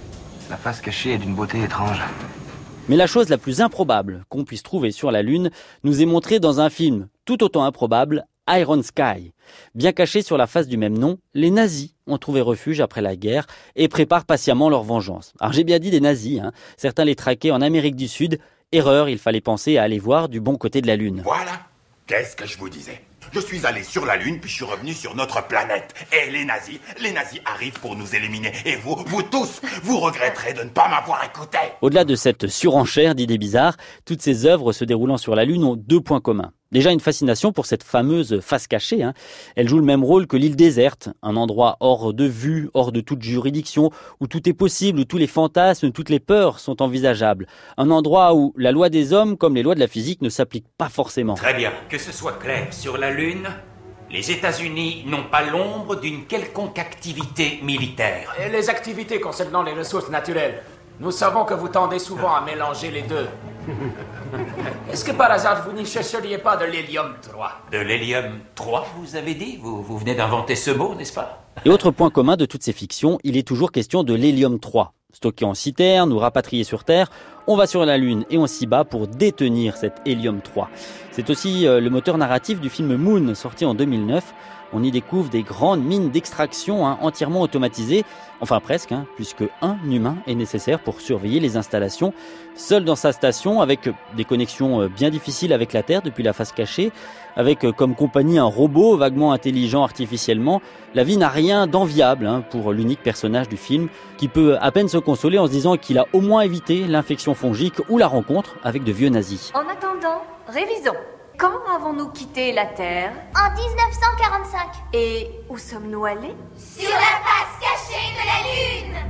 La face cachée est d'une beauté étrange. Mais la chose la plus improbable qu'on puisse trouver sur la Lune nous est montrée dans un film tout autant improbable, Iron Sky. Bien cachés sur la face du même nom, les nazis ont trouvé refuge après la guerre et préparent patiemment leur vengeance. Alors j'ai bien dit des nazis, certains les traquaient en Amérique du Sud. Erreur, il fallait penser à aller voir du bon côté de la Lune. Voilà, qu'est-ce que je vous disais? Je suis allé sur la Lune, puis je suis revenu sur notre planète. Et les nazis arrivent pour nous éliminer. Et vous tous, vous regretterez de ne pas m'avoir écouté. Au-delà de cette surenchère d'idées bizarres, toutes ces œuvres se déroulant sur la Lune ont deux points communs. Déjà une fascination pour cette fameuse face cachée. Elle joue le même rôle que l'île déserte, un endroit hors de vue, hors de toute juridiction, où tout est possible, où tous les fantasmes, toutes les peurs sont envisageables. Un endroit où la loi des hommes, comme les lois de la physique, ne s'appliquent pas forcément. Très bien, que ce soit clair, sur la Lune, les États-Unis n'ont pas l'ombre d'une quelconque activité militaire. Et les activités concernant les ressources naturelles, nous savons que vous tendez souvent à mélanger les deux. Est-ce que par hasard vous n'y chercheriez pas de l'hélium 3? De l'hélium 3, vous avez dit? Vous venez d'inventer ce mot, n'est-ce pas? Et autre point commun de toutes ces fictions, il est toujours question de l'hélium 3. Stocké en citerne ou rapatrié sur Terre, on va sur la Lune et on s'y bat pour détenir cet hélium 3. C'est aussi le moteur narratif du film Moon, sorti en 2009. On y découvre des grandes mines d'extraction entièrement automatisées, enfin presque, puisque un humain est nécessaire pour surveiller les installations. Seul dans sa station, avec des connexions bien difficiles avec la Terre depuis la face cachée, avec comme compagnie un robot vaguement intelligent artificiellement, la vie n'a rien d'enviable pour l'unique personnage du film, qui peut à peine se consoler en se disant qu'il a au moins évité l'infection fongique ou la rencontre avec de vieux nazis. En attendant, révisons. Quand avons-nous quitté la Terre? En 1945. Et où sommes-nous allés? Sur la face cachée de la Lune.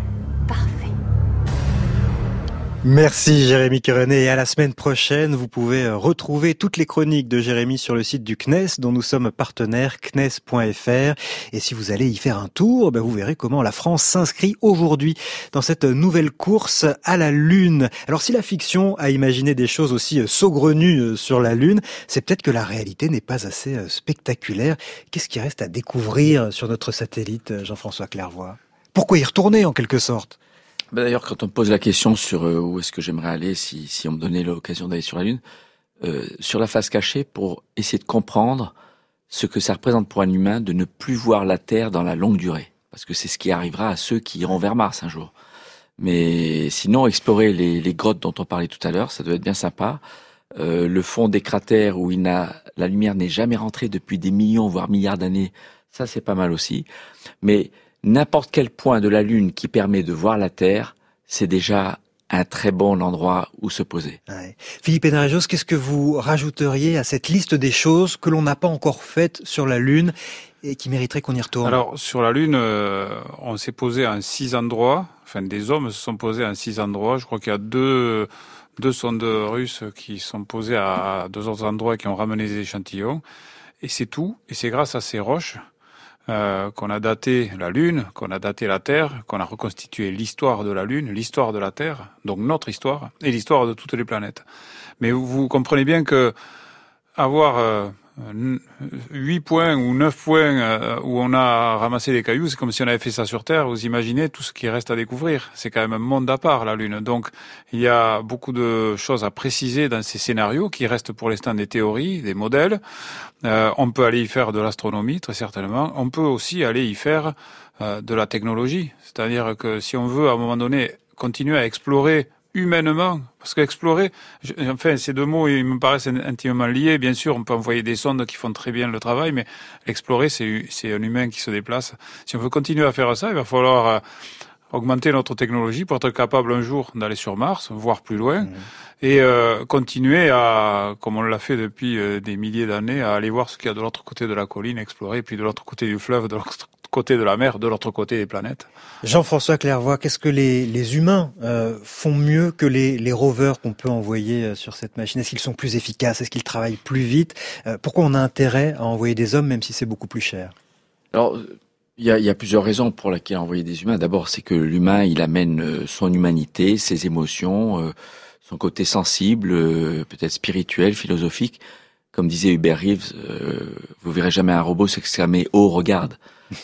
Merci Jérémy Querenet et à la semaine prochaine. Vous pouvez retrouver toutes les chroniques de Jérémy sur le site du CNES dont nous sommes partenaires, cnes.fr. Et si vous allez y faire un tour, vous verrez comment la France s'inscrit aujourd'hui dans cette nouvelle course à la Lune. Alors si la fiction a imaginé des choses aussi saugrenues sur la Lune, c'est peut-être que la réalité n'est pas assez spectaculaire. Qu'est-ce qui reste à découvrir sur notre satellite, Jean-François Clairvoy? Pourquoi y retourner en quelque sorte? D'ailleurs, quand on me pose la question sur où est-ce que j'aimerais aller si on me donnait l'occasion d'aller sur la Lune, sur la face cachée, pour essayer de comprendre ce que ça représente pour un humain de ne plus voir la Terre dans la longue durée. Parce que c'est ce qui arrivera à ceux qui iront vers Mars un jour. Mais sinon, explorer les grottes dont on parlait tout à l'heure, ça doit être bien sympa. Le fond des cratères où la lumière n'est jamais rentrée depuis des millions, voire milliards d'années, ça c'est pas mal aussi. Mais n'importe quel point de la Lune qui permet de voir la Terre, c'est déjà un très bon endroit où se poser. Ouais. Philippe Hénarejos, qu'est-ce que vous rajouteriez à cette liste des choses que l'on n'a pas encore faites sur la Lune et qui mériteraient qu'on y retourne? Alors, sur la Lune, on s'est posé à 6 endroits, enfin des hommes se sont posés à 6 endroits. Je crois qu'il y a deux sondes russes qui sont posées à 2 autres endroits qui ont ramené des échantillons. Et c'est tout. Et c'est grâce à ces roches qu'on a daté la Lune, qu'on a daté la Terre, qu'on a reconstitué l'histoire de la Lune, l'histoire de la Terre, donc notre histoire, et l'histoire de toutes les planètes. Mais vous comprenez bien que avoir 8 points ou 9 points où on a ramassé des cailloux, c'est comme si on avait fait ça sur Terre. Vous imaginez tout ce qui reste à découvrir. C'est quand même un monde à part, la Lune. Donc, il y a beaucoup de choses à préciser dans ces scénarios qui restent pour l'instant des théories, des modèles. On peut aller y faire de l'astronomie, très certainement. On peut aussi aller y faire de la technologie. C'est-à-dire que si on veut, à un moment donné, continuer à explorer humainement, parce qu'explorer, enfin, ces deux mots, ils me paraissent intimement liés. Bien sûr, on peut envoyer des sondes qui font très bien le travail, mais explorer, c'est un humain qui se déplace. Si on veut continuer à faire ça, il va falloir augmenter notre technologie pour être capable un jour d'aller sur Mars, voire plus loin, et continuer à, comme on l'a fait depuis des milliers d'années, à aller voir ce qu'il y a de l'autre côté de la colline, explorer, puis de l'autre côté du fleuve, de l'autre côté de la mer, de l'autre côté des planètes. Jean-François Clairvoy, qu'est-ce que les humains font mieux que les rovers qu'on peut envoyer sur cette machine? Est-ce qu'ils sont plus efficaces? Est-ce qu'ils travaillent plus vite? Pourquoi on a intérêt à envoyer des hommes, même si c'est beaucoup plus cher? Alors, il y a plusieurs raisons pour lesquelles envoyer des humains. D'abord, c'est que l'humain, il amène son humanité, ses émotions, son côté sensible, peut-être spirituel, philosophique. Comme disait Hubert Reeves, vous verrez jamais un robot s'exclamer « Oh, regarde !»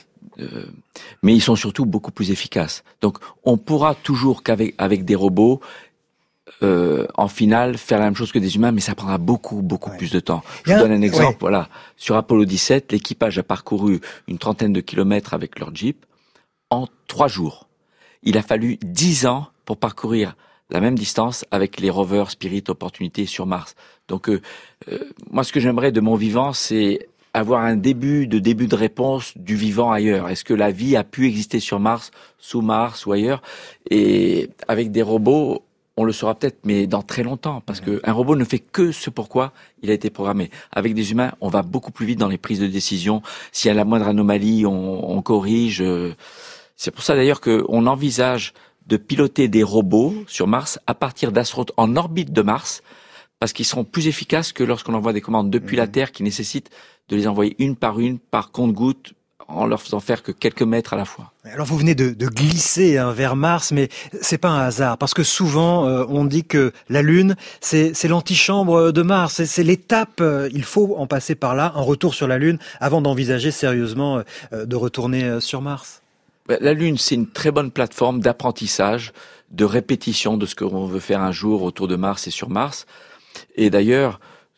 mais ils sont surtout beaucoup plus efficaces. Donc, on pourra toujours qu'avec des robots, en finale, faire la même chose que des humains, mais ça prendra beaucoup plus de temps. Je vous donne un exemple. Voilà, sur Apollo 17, l'équipage a parcouru une 30aine de kilomètres avec leur Jeep en 3 jours. Il a fallu 10 ans pour parcourir la même distance avec les rovers Spirit, Opportunité sur Mars. Donc, moi, ce que j'aimerais de mon vivant, c'est avoir un début de réponse du vivant ailleurs. Est-ce que la vie a pu exister sur Mars, sous Mars ou ailleurs? Et avec des robots, on le saura peut-être, mais dans très longtemps, parce que un robot ne fait que ce pourquoi il a été programmé. Avec des humains, on va beaucoup plus vite dans les prises de décision. S'il y a la moindre anomalie, on corrige. C'est pour ça d'ailleurs qu'on envisage de piloter des robots sur Mars à partir d'astronautes en orbite de Mars, parce qu'ils seront plus efficaces que lorsqu'on envoie des commandes depuis la Terre qui nécessitent de les envoyer une, par compte-gouttes, en leur faisant faire que quelques mètres à la fois. Alors vous venez de glisser vers Mars, mais c'est pas un hasard, parce que souvent on dit que la Lune, c'est l'antichambre de Mars, c'est l'étape, il faut en passer par là, un retour sur la Lune, avant d'envisager sérieusement de retourner sur Mars. La Lune, c'est une très bonne plateforme d'apprentissage, de répétition de ce qu'on veut faire un jour autour de Mars et sur Mars. Et d'ailleurs,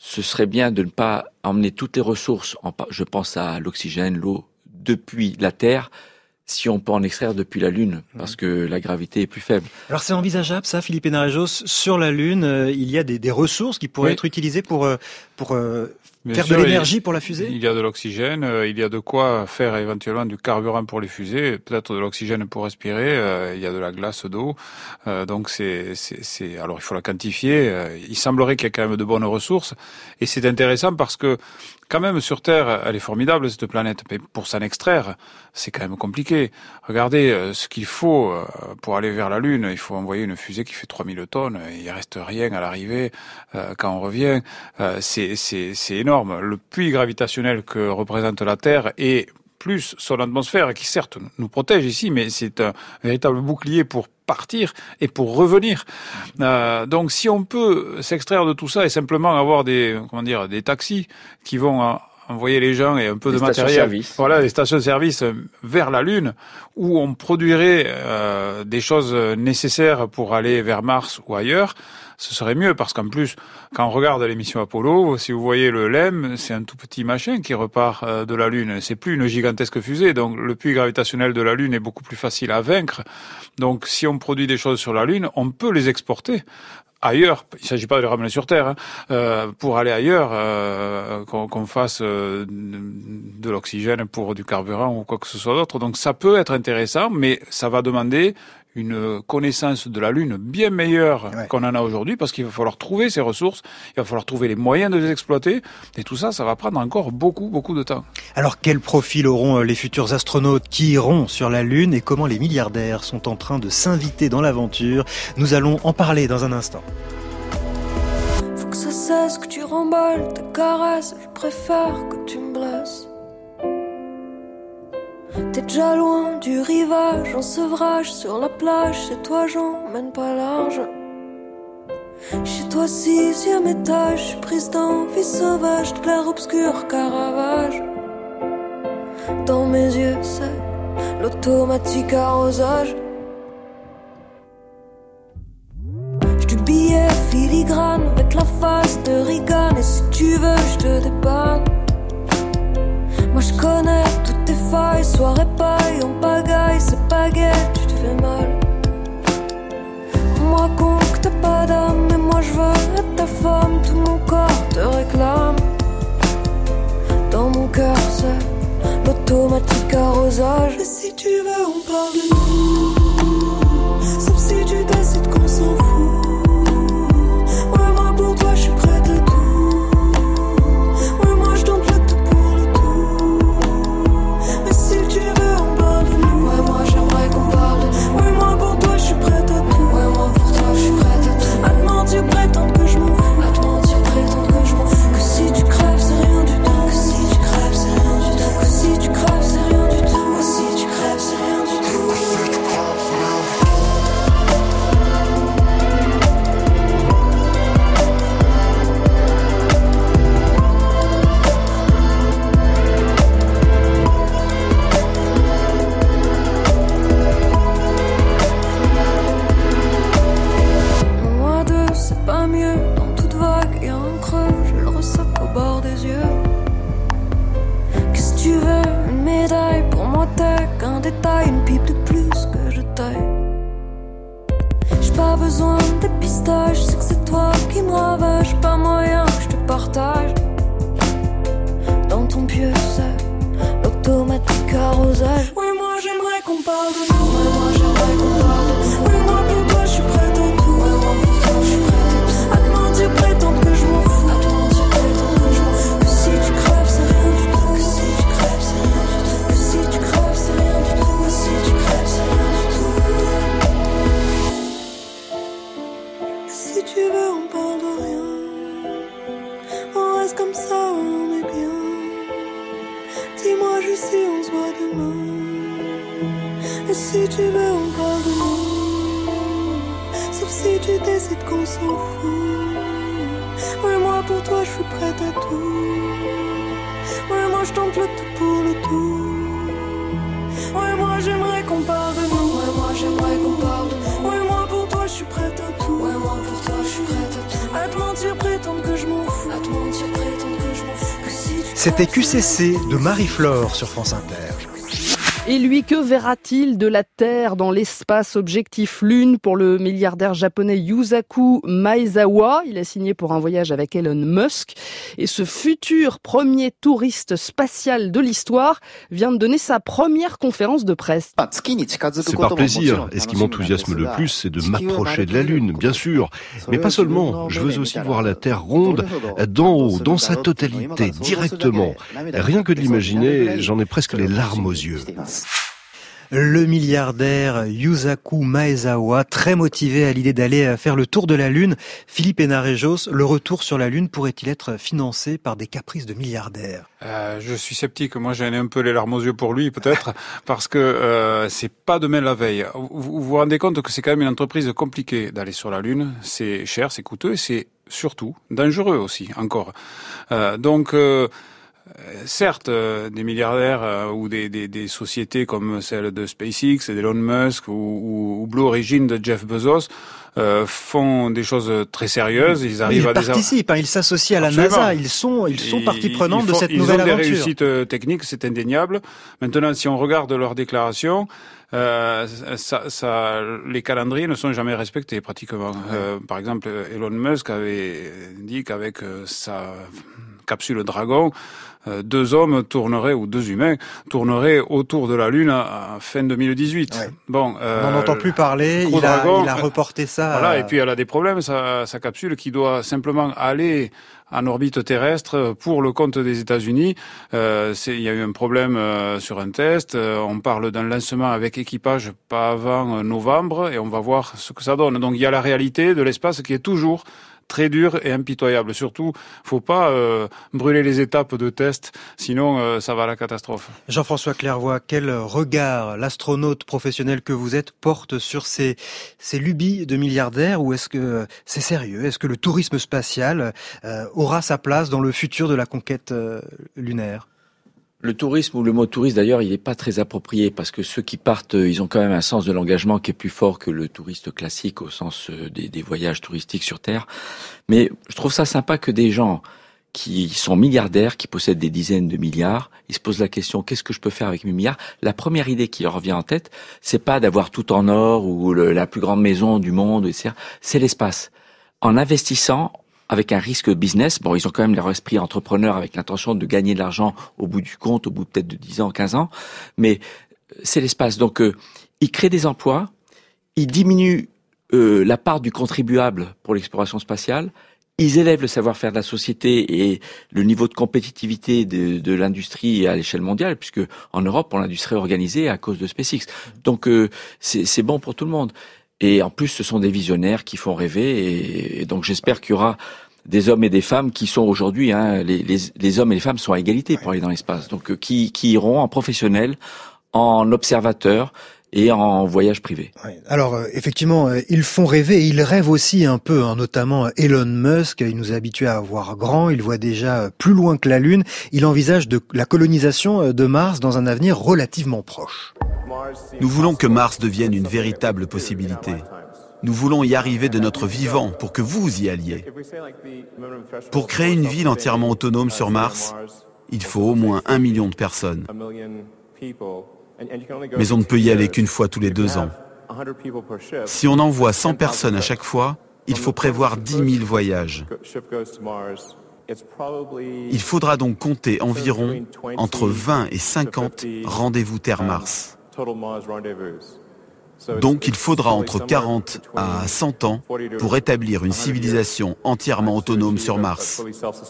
ce serait bien de ne pas emmener toutes les ressources, je pense à l'oxygène, l'eau, depuis la Terre, si on peut en extraire depuis la Lune, parce que la gravité est plus faible. Alors c'est envisageable ça, Philippe Hénarejos, sur la Lune, il y a des ressources qui pourraient être utilisées pour faire de l'énergie pour la fusée? Il y a de l'oxygène, il y a de quoi faire éventuellement du carburant pour les fusées, peut-être de l'oxygène pour respirer, il y a de la glace d'eau, donc alors il faut la quantifier, il semblerait qu'il y ait quand même de bonnes ressources, et c'est intéressant parce que quand même sur Terre, elle est formidable cette planète, mais pour s'en extraire, c'est quand même compliqué. Regardez ce qu'il faut pour aller vers la Lune, il faut envoyer une fusée qui fait 3000 tonnes, il reste rien à l'arrivée quand on revient, c'est énorme. Le puits gravitationnel que représente la Terre est plus son atmosphère, qui certes nous protège ici, mais c'est un véritable bouclier pour partir et pour revenir. Donc si on peut s'extraire de tout ça et simplement avoir des taxis qui vont envoyer les gens et un peu de matériel, des stations-service vers la Lune, où on produirait des choses nécessaires pour aller vers Mars ou ailleurs, ce serait mieux, parce qu'en plus, quand on regarde les missions Apollo, si vous voyez le LEM, c'est un tout petit machin qui repart de la Lune. C'est plus une gigantesque fusée, donc le puits gravitationnel de la Lune est beaucoup plus facile à vaincre. Donc si on produit des choses sur la Lune, on peut les exporter ailleurs. Il ne s'agit pas de les ramener sur Terre, pour aller ailleurs, qu'on fasse de l'oxygène pour du carburant ou quoi que ce soit d'autre. Donc ça peut être intéressant, mais ça va demander une connaissance de la Lune bien meilleure qu'on en a aujourd'hui, parce qu'il va falloir trouver ces ressources, il va falloir trouver les moyens de les exploiter, et tout ça, ça va prendre encore beaucoup de temps. Alors quel profil auront les futurs astronautes qui iront sur la Lune, et comment les milliardaires sont en train de s'inviter dans l'aventure? Nous allons en parler dans un instant. Faut que ça cesse, que tu remballes tes caresses, je préfère que tu me blesses. T'es déjà loin du rivage, en sevrage sur la plage. Chez toi j'emmène pas large. Chez toi 6e étage, je suis prise d'envie sauvage, de clair obscur Caravage. Dans mes yeux c'est l'automatique arrosage. J'du billet filigrane avec la face de Reagan, et si tu veux je te dépanne. Moi je connais toutes tes failles, soirée paille, en pagaille, c'est pas gai, tu te fais mal. On me raconte que t'as pas d'âme, mais moi je veux être ta femme, tout mon corps te réclame. Dans mon cœur c'est l'automatique arrosage. Et si tu veux on parle de nous, sauf si tu décides qu'on s'en fout. Ouais moi pour toi je suis prête à tout. Ouais moi je tente le tout. Si tu veux on parle de nous. Ouais moi j'aimerais qu'on parle de nous. Ouais moi pour toi je suis prête à tout. Ouais moi pour toi je suis prête à tout. À te mentir prétendre que je m'en fous. À te mentir prétendre que je m'en fous. Que si tu crèves c'est rien du tout. Que si tu crèves c'est rien du tout. Que si tu crèves c'est rien du tout. Que si tu crèves c'est rien du tout. Que si tu crèves c'est rien du tout. Une pipe de plus que je taille. J'ai pas besoin de dépistage, je sais que c'est toi qui me ravage. Pas moyen que je te partage. Dans ton pieu c'est l'automatique arrosage. Oui moi j'aimerais qu'on parle de nous. Oui moi j'aimerais qu'on parle de nous. Oui moi pour toi je suis prête à tout. Oui moi pour toi je suis prête à tout. À te mentir prétendre que je m'en fous. À te mentir prétendre que je m'en fous. Que si tu crèves c'est rien du tout. Que si tu crèves c'est rien du tout. Que si tu crèves c'est rien du tout. Si tu crèves, c'est rien du tout. Si tu veux, on parle de rien. On reste comme ça, on est bien. Dis-moi juste si on se voit demain. Et si tu veux, on parle de nous. Sauf si tu décides qu'on s'en fout. Ouais, moi pour toi, je suis prête à tout. Ouais, moi je tente le tout pour le tout. Ouais moi j'aimerais qu'on parle de nous. Ouais moi j'aimerais qu'on parle de nous. Ouais moi pour toi je suis prête à tout. Ouais moi pour toi je suis prête à tout. À te mentir prétendre que je m'en fous. À te mentir C'était QCC de Marie-Flore sur France Inter. Et lui, que verra-t-il de la Terre dans l'espace objectif Lune pour le milliardaire japonais Yusaku Maezawa? Il a signé pour un voyage avec Elon Musk. Et ce futur premier touriste spatial de l'histoire vient de donner sa première conférence de presse. C'est par plaisir. Et ce qui m'enthousiasme le plus, c'est de m'approcher de la Lune, bien sûr. Mais pas seulement. Je veux aussi voir la Terre ronde, d'en haut, dans sa totalité, directement. Rien que de l'imaginer, j'en ai presque les larmes aux yeux. Le milliardaire Yusaku Maezawa, très motivé à l'idée d'aller faire le tour de la Lune. Philippe Hénarejos, le retour sur la Lune pourrait-il être financé par des caprices de milliardaires? Je suis sceptique. Moi, j'ai un peu les larmes aux yeux pour lui, peut-être, parce que c'est pas demain la veille. Vous vous rendez compte que c'est quand même une entreprise compliquée d'aller sur la Lune. C'est cher, c'est coûteux, et c'est surtout dangereux aussi, encore. Certes, des milliardaires ou des sociétés comme celle de SpaceX, d'Elon Musk ou Blue Origin de Jeff Bezos font des choses très sérieuses. Ils arrivent à participent, ils s'associent à la NASA. Ils sont partie prenante de cette nouvelle aventure. Ils ont des réussites techniques, c'est indéniable. Maintenant, si on regarde leurs déclarations, les calendriers ne sont jamais respectés pratiquement. Par exemple, Elon Musk avait dit qu'avec sa capsule Dragon, 2 hommes tourneraient, ou 2 humains tourneraient autour de la Lune à fin 2018. Ouais. Bon, on n'en entend plus parler. Il a reporté ça. Voilà, et puis elle a des problèmes, sa capsule, qui doit simplement aller en orbite terrestre pour le compte des États-Unis. Il y a eu un problème sur un test. On parle d'un lancement avec équipage pas avant novembre, et on va voir ce que ça donne. Donc il y a la réalité de l'espace qui est toujours très dur et impitoyable. Surtout, faut pas brûler les étapes de test, sinon ça va à la catastrophe. Jean-François Clairvoy, quel regard l'astronaute professionnel que vous êtes porte sur ces lubies de milliardaires, ou est-ce que c'est sérieux? Est-ce que le tourisme spatial aura sa place dans le futur de la conquête lunaire? Le tourisme, ou le mot touriste d'ailleurs, il n'est pas très approprié, parce que ceux qui partent, ils ont quand même un sens de l'engagement qui est plus fort que le touriste classique au sens des voyages touristiques sur Terre. Mais je trouve ça sympa que des gens qui sont milliardaires, qui possèdent des dizaines de milliards, ils se posent la question, qu'est-ce que je peux faire avec mes milliards? La première idée qui leur vient en tête, c'est pas d'avoir tout en or ou la plus grande maison du monde, etc. C'est l'espace. En investissant, avec un risque business, bon, ils ont quand même leur esprit entrepreneur avec l'intention de gagner de l'argent au bout du compte, au bout peut-être de 10 ans, 15 ans, mais c'est l'espace. Donc, ils créent des emplois, ils diminuent la part du contribuable pour l'exploration spatiale, ils élèvent le savoir-faire de la société et le niveau de compétitivité de l'industrie à l'échelle mondiale, puisque en Europe, on a dû se réorganiser à cause de SpaceX. Donc, c'est bon pour tout le monde. Et en plus, ce sont des visionnaires qui font rêver, et donc j'espère qu'il y aura des hommes et des femmes qui sont aujourd'hui, les hommes et les femmes sont à égalité pour aller dans l'espace, donc qui iront en professionnel, en observateur et en voyage privé. Oui. Alors effectivement, ils font rêver, et ils rêvent aussi un peu, notamment Elon Musk. Il nous a habitués à voir grand, il voit déjà plus loin que la Lune. Il envisage la colonisation de Mars dans un avenir relativement proche. Nous voulons que Mars devienne une véritable possibilité. Nous voulons y arriver de notre vivant pour que vous y alliez. Pour créer une ville entièrement autonome sur Mars, il faut au moins 1 million de personnes. Mais on ne peut y aller qu'une fois tous les 2 ans. Si on envoie 100 personnes à chaque fois, il faut prévoir 10 000 voyages. Il faudra donc compter environ entre 20 et 50 rendez-vous Terre-Mars. Donc il faudra entre 40 à 100 ans pour établir une civilisation entièrement autonome sur Mars.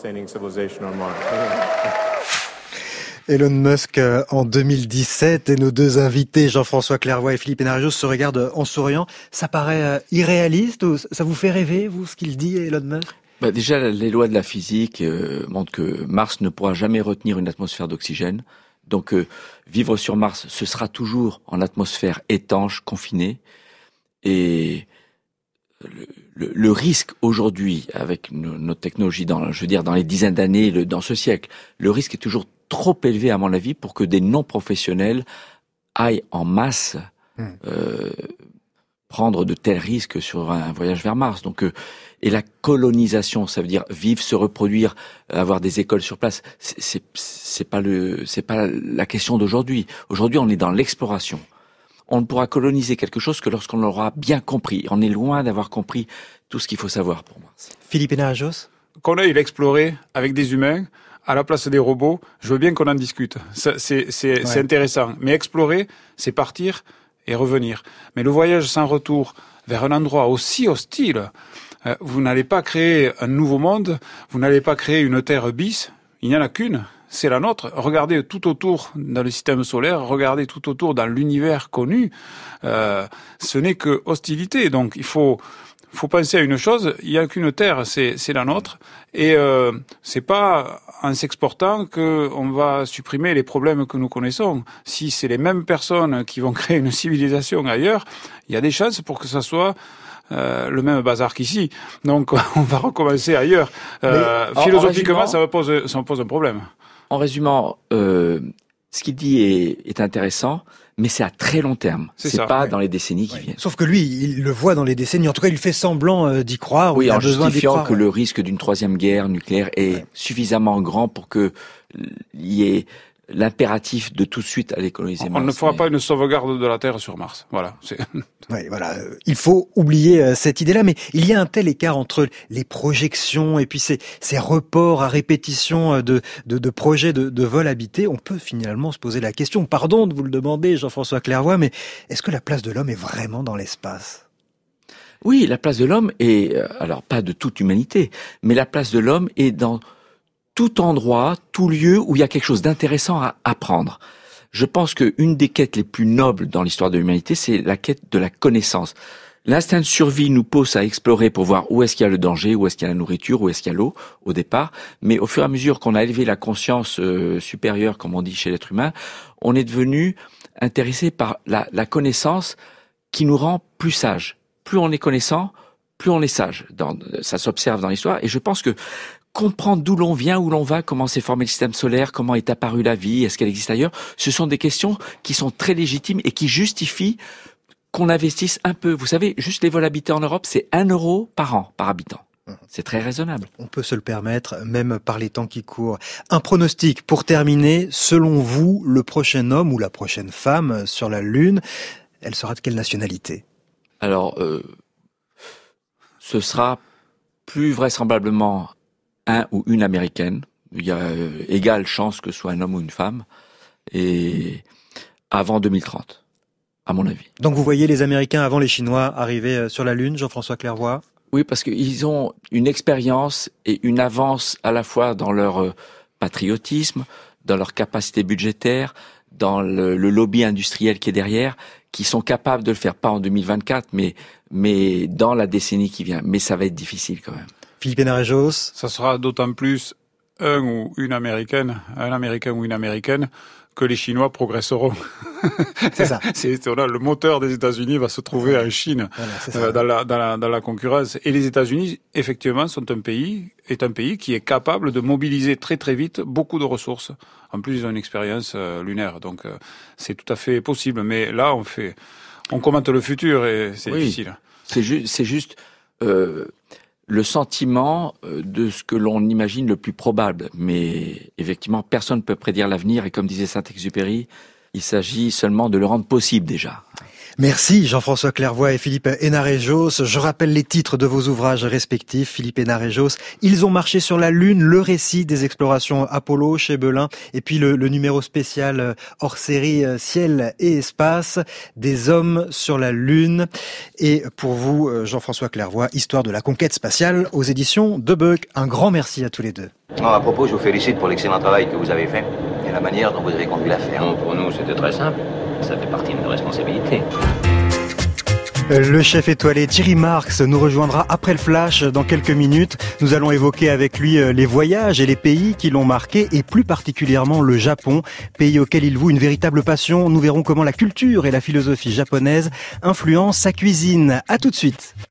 Elon Musk en 2017, et nos 2 invités, Jean-François Clairvoy et Philippe Hénarejos, se regardent en souriant. Ça paraît irréaliste, ou ça vous fait rêver, vous, ce qu'il dit, Elon Musk? Déjà, les lois de la physique montrent que Mars ne pourra jamais retenir une atmosphère d'oxygène. Donc, vivre sur Mars, ce sera toujours en atmosphère étanche, confinée. Et le risque aujourd'hui, avec notre technologie, dans les dizaines d'années, dans ce siècle, le risque est toujours trop élevé, à mon avis, pour que des non-professionnels aillent en masse prendre de tels risques sur un voyage vers Mars. Donc, et la colonisation, ça veut dire vivre, se reproduire, avoir des écoles sur place. C'est pas la question d'aujourd'hui. Aujourd'hui, on est dans l'exploration. On ne pourra coloniser quelque chose que lorsqu'on l'aura bien compris. On est loin d'avoir compris tout ce qu'il faut savoir pour Mars. Philippe Hénarejos ? Qu'on aille l'explorer avec des humains, à la place des robots, je veux bien qu'on en discute. C'est intéressant. Mais explorer, c'est partir et revenir. Mais le voyage sans retour vers un endroit aussi hostile, vous n'allez pas créer un nouveau monde, vous n'allez pas créer une Terre bis, il n'y en a qu'une. C'est la nôtre. Regardez tout autour dans le système solaire, regardez tout autour dans l'univers connu. Ce n'est que hostilité. Donc il faut penser à une chose, il n'y a qu'une Terre, c'est la nôtre. Et c'est pas en s'exportant qu'on va supprimer les problèmes que nous connaissons. Si c'est les mêmes personnes qui vont créer une civilisation ailleurs, il y a des chances pour que ça soit le même bazar qu'ici. Donc on va recommencer ailleurs. Philosophiquement, ça me pose un problème. En résumant, ce qu'il dit est intéressant, mais c'est à très long terme. C'est pas dans les décennies qui viennent. Sauf que lui, il le voit dans les décennies. En tout cas, il fait semblant d'y croire. Oui, en justifiant que le risque d'une troisième guerre nucléaire est suffisamment grand pour que il y ait l'impératif de tout de suite aller coloniser Mars. On ne fera pas une sauvegarde de la Terre sur Mars. Voilà. Oui, voilà. Il faut oublier cette idée-là, mais il y a un tel écart entre les projections et puis ces reports à répétition de projets de vol habité. On peut finalement se poser la question, pardon de vous le demander, Jean-François Clairvoy, mais est-ce que la place de l'homme est vraiment dans l'espace ? Oui, la place de l'homme est, alors pas de toute humanité, mais la place de l'homme est dans tout endroit, tout lieu où il y a quelque chose d'intéressant à apprendre. Je pense qu'une des quêtes les plus nobles dans l'histoire de l'humanité, c'est la quête de la connaissance. L'instinct de survie nous pousse à explorer pour voir où est-ce qu'il y a le danger, où est-ce qu'il y a la nourriture, où est-ce qu'il y a l'eau au départ. Mais au fur et à mesure qu'on a élevé la conscience supérieure, comme on dit chez l'être humain, on est devenu intéressé par la connaissance qui nous rend plus sages. Plus on est connaissant, plus on est sage. Ça s'observe dans l'histoire. Et je pense que comprendre d'où l'on vient, où l'on va, comment s'est formé le système solaire, comment est apparue la vie, est-ce qu'elle existe ailleurs, ce sont des questions qui sont très légitimes et qui justifient qu'on investisse un peu. Vous savez, juste les vols habités en Europe, c'est 1 euro par an, par habitant. C'est très raisonnable. On peut se le permettre, même par les temps qui courent. Un pronostic pour terminer. Selon vous, le prochain homme ou la prochaine femme sur la Lune, elle sera de quelle nationalité ? Alors, ce sera plus vraisemblablement un ou une américaine. Il y a égale chance que ce soit un homme ou une femme. Et avant 2030, à mon avis. Donc vous voyez les Américains avant les Chinois arriver sur la Lune, Jean-François Clairvoy ? Oui, parce qu'ils ont une expérience et une avance à la fois dans leur patriotisme, dans leur capacité budgétaire, dans le lobby industriel qui est derrière, qui sont capables de le faire, pas en 2024, mais dans la décennie qui vient. Mais ça va être difficile quand même. Philippe Hénarejos. Ça sera d'autant plus un ou une Américaine, un Américain ou une Américaine, que les Chinois progresseront. C'est ça. Le moteur des États-Unis va se trouver en Chine, dans la concurrence. Et les États-Unis, effectivement, est un pays qui est capable de mobiliser très très vite beaucoup de ressources. En plus, ils ont une expérience lunaire, donc c'est tout à fait possible. Mais là, on commente le futur et c'est difficile. C'est juste le sentiment de ce que l'on imagine le plus probable. Mais effectivement, personne ne peut prédire l'avenir. Et comme disait Saint-Exupéry, il s'agit seulement de le rendre possible déjà. Merci Jean-François Clairvoy et Philippe Hénarejos. Je rappelle les titres de vos ouvrages respectifs. Philippe Hénarejos, Ils ont marché sur la Lune, le récit des explorations Apollo chez Belin. Et puis le numéro spécial hors série Ciel et Espace, des hommes sur la Lune. Et pour vous, Jean-François Clairvoy, Histoire de la conquête spatiale aux éditions de Buck. Un grand merci à tous les deux. À propos, je vous félicite pour l'excellent travail que vous avez fait et la manière dont vous avez conduit l'affaire. Non, pour nous, c'était très simple. Ça fait partie de nos responsabilités. Le chef étoilé Thierry Marx nous rejoindra après le flash dans quelques minutes. Nous allons évoquer avec lui les voyages et les pays qui l'ont marqué et plus particulièrement le Japon, pays auquel il voue une véritable passion. Nous verrons comment la culture et la philosophie japonaise influencent sa cuisine. À tout de suite.